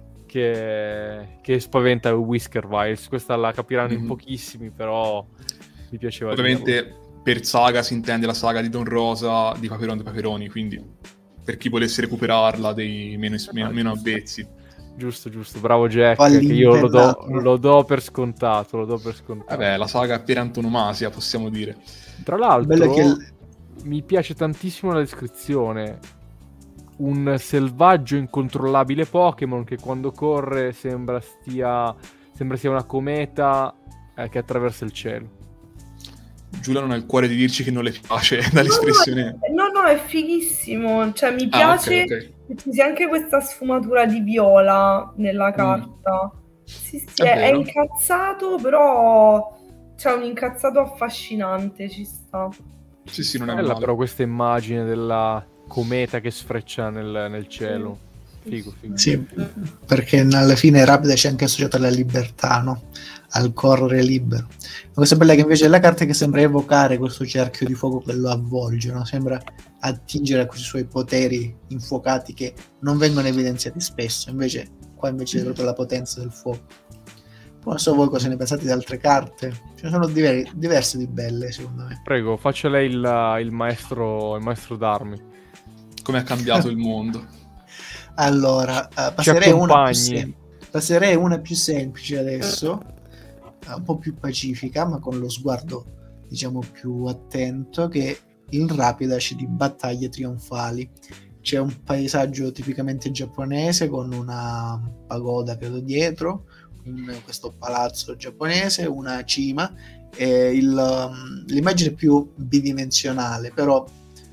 che, che spaventa Whisker Viles. Questa la capiranno in Mhm. pochissimi, però mi piaceva dirlo. Ovviamente per saga si intende la saga di Don Rosa, di Paperone dei Paperoni, quindi per chi volesse recuperarla dei meno, meno, meno avvezzi. Giusto, giusto, bravo Jack, Poi che io lo do, all'impellato. lo do per scontato, lo do per scontato. Vabbè, la saga per antonomasia, possiamo dire. Tra l'altro, Bello che il- mi piace tantissimo la descrizione. Un selvaggio incontrollabile Pokémon che quando corre sembra stia sembra sia una cometa eh, che attraversa il cielo. Giulia non ha il cuore di dirci che non le piace dall'espressione. No, no, è fighissimo. Cioè, mi Ah, piace ok, ok. che ci sia anche questa sfumatura di viola nella carta. Sì, sì, È è, è vero. incazzato, però c'è un incazzato affascinante, ci sta. Sì, sì, non è Bella male. però questa immagine della cometa che sfreccia nel, nel cielo. Figo, figo. Sì, perché alla fine Rapida c'è anche associato alla libertà, no? Al correre libero. Ma questa bella che invece è la carta che sembra evocare questo cerchio di fuoco che lo avvolge, no? Sembra attingere a questi suoi poteri infuocati che non vengono evidenziati spesso, invece qua invece è proprio la potenza del fuoco. Poi non so voi cosa ne pensate di altre carte, ce ne sono diver- diverse di belle secondo me. Prego, faccia lei il, il maestro il maestro d'armi. Come ha cambiato il mondo. Allora, eh, Ci passerei, una più accompagni. sem- passerei una più semplice adesso, eh, un po' più pacifica, ma con lo sguardo, diciamo, più attento, che è il Rapidash di Battaglie Trionfali. C'è un paesaggio tipicamente giapponese con una pagoda, credo, dietro, un- questo palazzo giapponese, una cima, e il, um, l'immagine è più bidimensionale, però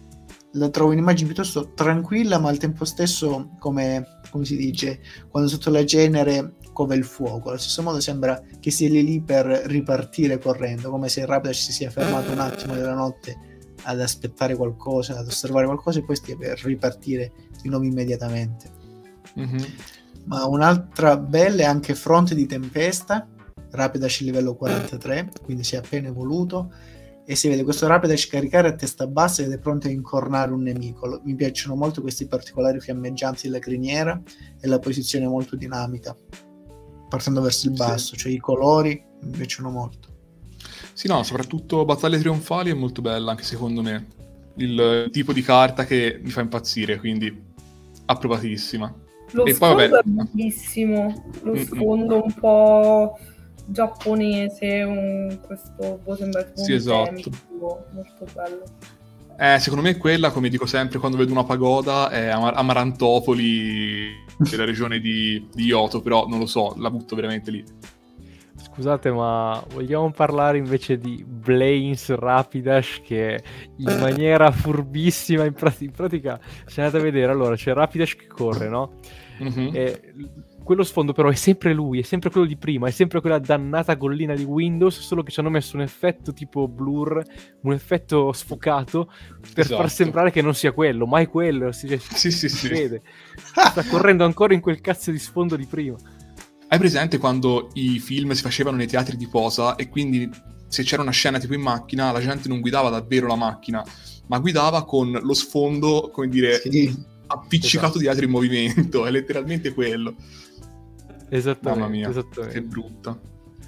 la trovo un'immagine piuttosto tranquilla, ma al tempo stesso, come, come si dice, quando sotto la cenere cova il fuoco. Allo stesso modo sembra che sia lì lì per ripartire correndo, come se il Rapidash si sia fermato un attimo nella notte ad aspettare qualcosa, ad osservare qualcosa, e poi stia per ripartire di nuovo immediatamente. Mm-hmm. Ma un'altra bella è anche Fronte di Tempesta, Rapidash livello quarantatré, quindi si è appena evoluto, e si vede questo Rapidash caricare a testa bassa ed è pronto a incornare un nemico. Mi piacciono molto questi particolari fiammeggianti della criniera e la posizione molto dinamica, partendo verso il basso, sì. Cioè i colori mi piacciono molto. Sì, no, soprattutto Battaglie Trionfali è molto bella, anche secondo me. Il tipo di carta che mi fa impazzire, quindi approvatissima. Lo e sfondo poi, vabbè, è bellissimo, lo Mm-mm. sfondo un po' giapponese, un, questo boh, sembra tipo sì, un esatto. tempio, molto bello. Eh, secondo me quella, come dico sempre quando vedo una pagoda, è Amar- Amarantopoli, della regione di, di Yoto, però non lo so, la butto veramente lì. Scusate, ma vogliamo parlare invece di Blaine's Rapidash, che in maniera furbissima, in, prat- in pratica, se andate a vedere, allora c'è Rapidash che corre, no? Mm-hmm. E quello sfondo però è sempre lui, è sempre quello di prima, è sempre quella dannata collina di Windows, solo che ci hanno messo un effetto tipo blur, un effetto sfocato, per esatto. far sembrare che non sia quello, ma è quello, si, sì, sì, si sì. vede. Sta correndo ancora in quel cazzo di sfondo di prima. Hai presente quando i film si facevano nei teatri di posa e quindi se c'era una scena tipo in macchina la gente non guidava davvero la macchina, ma guidava con lo sfondo, come dire, sì. appiccicato esatto. di altri in movimento, è letteralmente quello. Esattamente. Mamma mia, esattamente. Che brutta.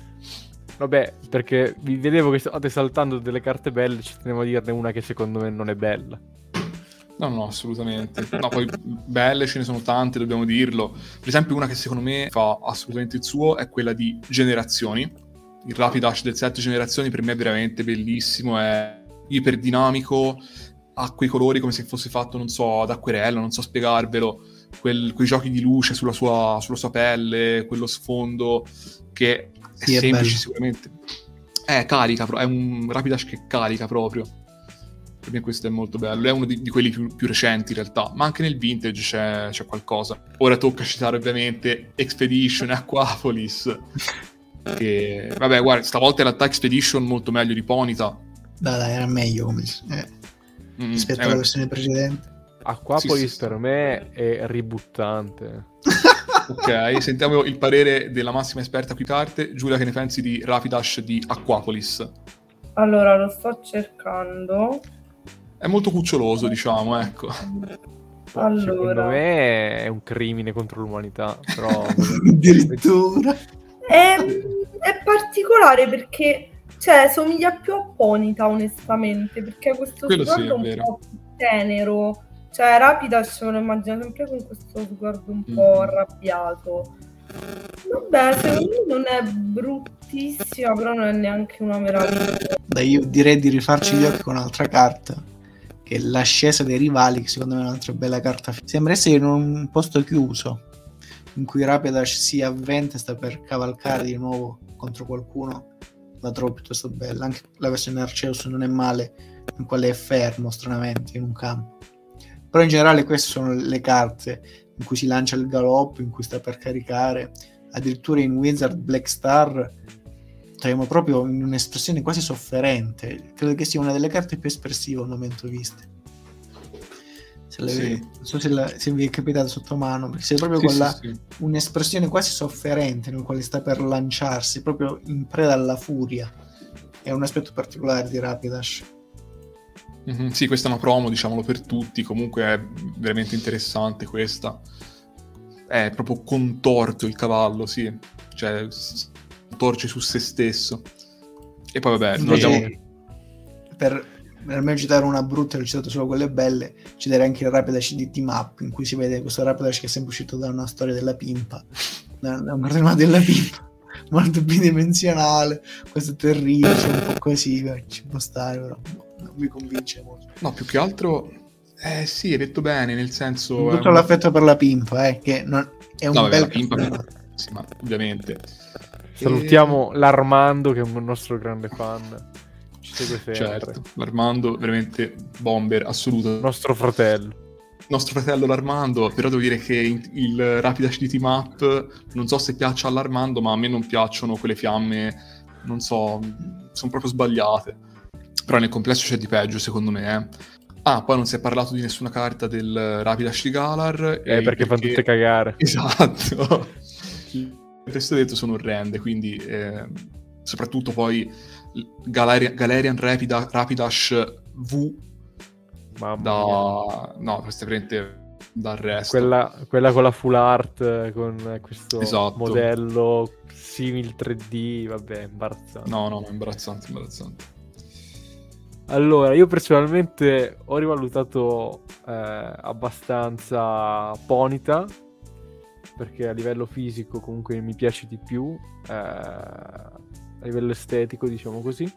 Vabbè, perché vi vedevo che state saltando delle carte belle, ci tenevo a dirne una che secondo me non è bella. No, no, assolutamente. No, poi belle ce ne sono tante, dobbiamo dirlo. Per esempio una che secondo me fa assolutamente il suo è quella di Generazioni. Il Rapidash del sette Generazioni per me è veramente bellissimo, è iperdinamico, ha quei colori come se fosse fatto, non so, ad acquerello, non so spiegarvelo, quel, quei giochi di luce sulla sua, sulla sua pelle, quello sfondo che è sì, semplice è sicuramente. È carica, è un Rapidash che carica proprio. Per me questo è molto bello, è uno di, di quelli più, più recenti in realtà, ma anche nel vintage c'è, c'è qualcosa. Ora tocca citare ovviamente Expedition e Aquapolis, che vabbè guarda, stavolta in realtà Expedition molto meglio di Ponyta. Dai, dai, era meglio come eh. mm, rispetto alla versione precedente. Aquapolis sì, sì, per sì. me è ributtante. Ok, sentiamo il parere della massima esperta qui carte. Giulia, che ne pensi di Rapidash di Aquapolis? Allora, lo sto cercando. È molto cuccioloso, diciamo, ecco. Allora. Secondo me è un crimine contro l'umanità, però... Addirittura. È, è particolare perché, cioè, somiglia più a Ponyta, onestamente, perché ha questo Quello sguardo sì, un vero. po' più tenero. Cioè, Rapidash me lo immagino sempre con questo sguardo un po' mm. arrabbiato. Vabbè, secondo me non è bruttissima, però non è neanche una meraviglia. Beh, io direi di rifarci gli occhi con un'altra carta, che è l'ascesa dei rivali, che secondo me è un'altra bella carta. Sembra essere in un posto chiuso, in cui Rapidash si avventa e sta per cavalcare di nuovo contro qualcuno. La trovo piuttosto bella. Anche la versione Arceus non è male, in quale è fermo, stranamente, in un campo. Però in generale queste sono le carte in cui si lancia il galoppo, in cui sta per caricare. Addirittura in Wizard Black Star troviamo proprio in un'espressione quasi sofferente. Credo che sia una delle carte più espressive al momento viste. Se le sì. vedi, non so se, la, se vi è capitato sotto mano, perché c'è proprio sì, quella, sì, sì. un'espressione quasi sofferente nel quale sta per lanciarsi, proprio in preda alla furia. È un aspetto particolare di Rapidash. Mm-hmm, sì, questa è una promo, diciamolo per tutti, comunque è veramente interessante questa. È proprio contorto il cavallo, sì, cioè torce su se stesso. E poi vabbè, invece, noi abbiamo... per, per almeno citare una brutta, ho citato solo quelle belle, citerei anche il Rapidash di Team Up, in cui si vede questo Rapidash che è sempre uscito da una storia della pimpa, da, da un cartone della pimpa, molto bidimensionale, questo terribile, cioè un po' così, ci può stare, però non mi convince molto. No, più che altro, eh sì, hai detto bene, nel senso... Tutto un... l'affetto per la pimpa, eh, che non... è un no, bel vabbè, la pimpa, sì, ma ovviamente. Salutiamo e... l'Armando, che è un nostro grande fan. ci segue sempre. Certo, l'Armando veramente bomber assoluto. Nostro fratello. Nostro fratello l'Armando, però devo dire che in- il Rapidash di Team Up, non so se piaccia all'Armando, ma a me non piacciono quelle fiamme, non so, sono proprio sbagliate. Però nel complesso c'è di peggio, secondo me, eh. Ah, poi non si è parlato di nessuna carta del Rapidash di Galar. Eh, perché fanno tutte cagare. Esatto. Il resto detto sono orrende, quindi eh, soprattutto poi Galerian, Galerian Rapida, Rapidash V Mamma da... mia. no, queste prende dal resto. Quella, quella con la full art, con questo Esatto. modello simil tre D, vabbè, imbarazzante. No, no, no, imbarazzante, imbarazzante. Allora, io personalmente ho rivalutato eh, abbastanza Ponyta, perché a livello fisico comunque mi piace di più, eh, a livello estetico, diciamo così.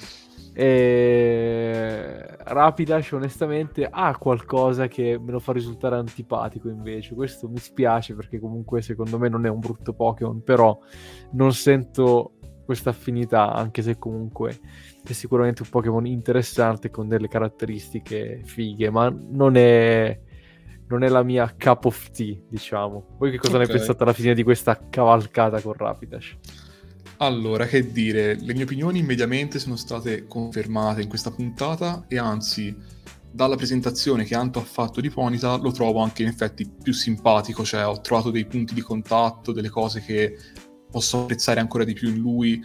E Rapidash onestamente ha qualcosa che me lo fa risultare antipatico, invece questo mi spiace, perché comunque secondo me non è un brutto Pokémon, però non sento questa affinità, anche se comunque è sicuramente un Pokémon interessante con delle caratteristiche fighe, ma non è non è la mia cup of tea, diciamo. Voi che cosa Ok. ne pensate alla fine di questa cavalcata con Rapidash? Allora, che dire, le mie opinioni mediamente sono state confermate in questa puntata e anzi, dalla presentazione che Anto ha fatto di Ponyta, lo trovo anche in effetti più simpatico, cioè ho trovato dei punti di contatto, delle cose che posso apprezzare ancora di più in lui,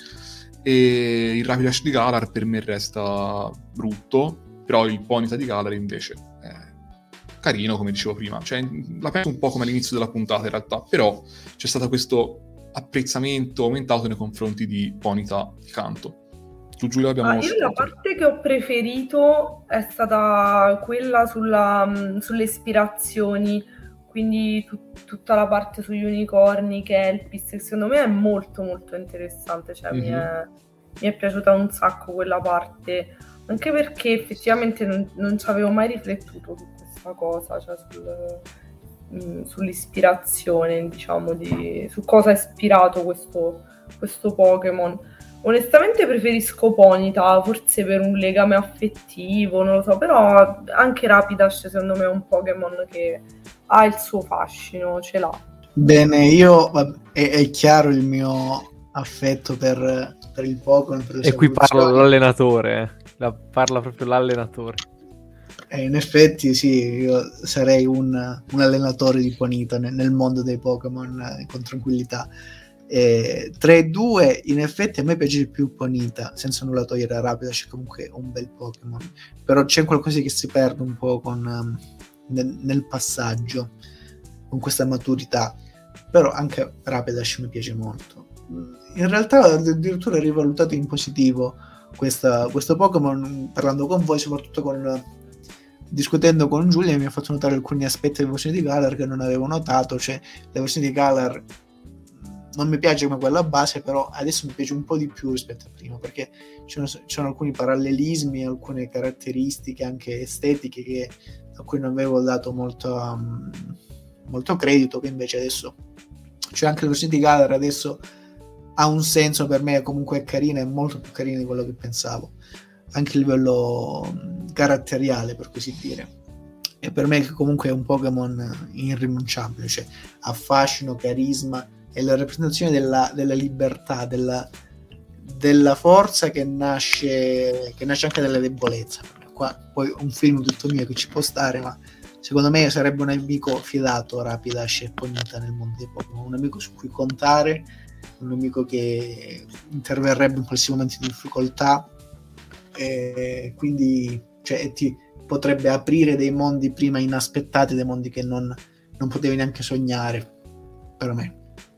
e il Rapidash di Galar per me resta brutto, però il Ponyta di Galar invece è carino, come dicevo prima, cioè la penso un po' come all'inizio della puntata in realtà, però c'è stato questo apprezzamento aumentato nei confronti di Ponyta di Kanto. Tu, Giulia, abbiamo... Ah, io la parte che ho preferito è stata quella sulla, mh, sulle ispirazioni, quindi tut- tutta la parte sugli unicorni, Kelpis, che secondo me è molto molto interessante, cioè mi, Mhm. è, mi è piaciuta un sacco quella parte, anche perché effettivamente non, non ci avevo mai riflettuto su questa cosa, cioè sul, mh, sull'ispirazione, diciamo, di, su cosa ha ispirato questo, questo Pokémon. Onestamente preferisco Ponyta, forse per un legame affettivo, non lo so, però anche Rapidash secondo me è un Pokémon che ha il suo fascino, ce l'ha. Bene, io vabbè, è, è chiaro il mio affetto per, per il Pokémon, per le E sue qui parla evoluzioni. l'allenatore, eh. La, parla proprio l'allenatore. E in effetti sì, io sarei un, un allenatore di Ponyta nel, nel mondo dei Pokémon eh, con tranquillità. Eh, tra i due, in effetti a me piace di più Ponyta, senza nulla togliere a Rapidash, comunque è un bel Pokémon, però c'è qualcosa che si perde un po' con, um, nel, nel passaggio, con questa maturità, però anche Rapidash mi piace molto. In realtà ho addirittura rivalutato in positivo questa, questo Pokémon, parlando con voi, soprattutto con discutendo con Giulia, mi ha fatto notare alcuni aspetti delle versioni di Galar che non avevo notato, cioè le versioni di Galar non mi piace come quella base, però adesso mi piace un po' di più rispetto a prima, perché ci sono, ci sono alcuni parallelismi, alcune caratteristiche anche estetiche che, a cui non avevo dato molto, um, molto credito, che invece adesso, cioè anche la versione di Galar adesso ha un senso per me, comunque è carina, è molto più carina di quello che pensavo, anche a livello um, caratteriale, per così dire. E per me comunque è un Pokémon irrinunciabile, cioè affascino, carisma, è la rappresentazione della, della libertà, della, della forza che nasce, che nasce anche dalla debolezza. Qua poi un film tutto mio che ci può stare, ma secondo me sarebbe un amico fidato Rapidash e Ponyta nel mondo dei Pokémon, un amico su cui contare, un amico che interverrebbe in qualsiasi momento di difficoltà, e quindi cioè, ti potrebbe aprire dei mondi prima inaspettati, dei mondi che non, non potevi neanche sognare, per me.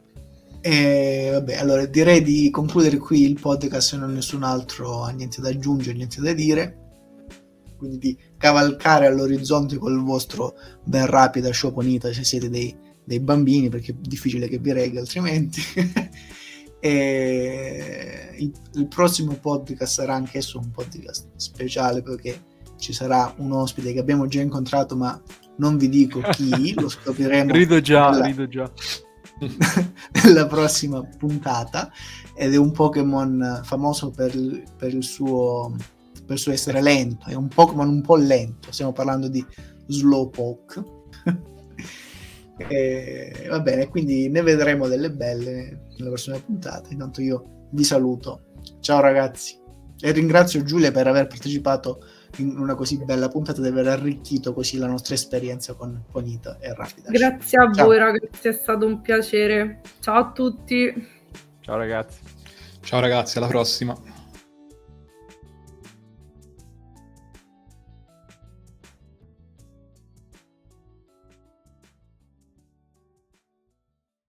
E vabbè, allora direi di concludere qui il podcast, se non nessun altro ha niente da aggiungere, niente da dire, quindi di cavalcare all'orizzonte col vostro ben Rapidash o Ponyta se siete dei, dei bambini, perché è difficile che vi regga altrimenti. E il, il prossimo podcast sarà anch'esso un podcast speciale, perché ci sarà un ospite che abbiamo già incontrato, ma non vi dico chi, lo scopriremo Rido già, nella, rido già. nella prossima puntata, ed è un Pokémon famoso per, per il suo per il suo essere lento, è un Pokémon un po' lento, stiamo parlando di Slowpoke. E, va bene, quindi ne vedremo delle belle nella prossima puntata. Intanto io vi saluto, ciao ragazzi, e ringrazio Giulia per aver partecipato in una così bella puntata, di aver arricchito così la nostra esperienza con Ponita e Rapidash. Grazie a Ciao. voi ragazzi, è stato un piacere. Ciao a tutti. Ciao ragazzi. Ciao ragazzi, alla prossima.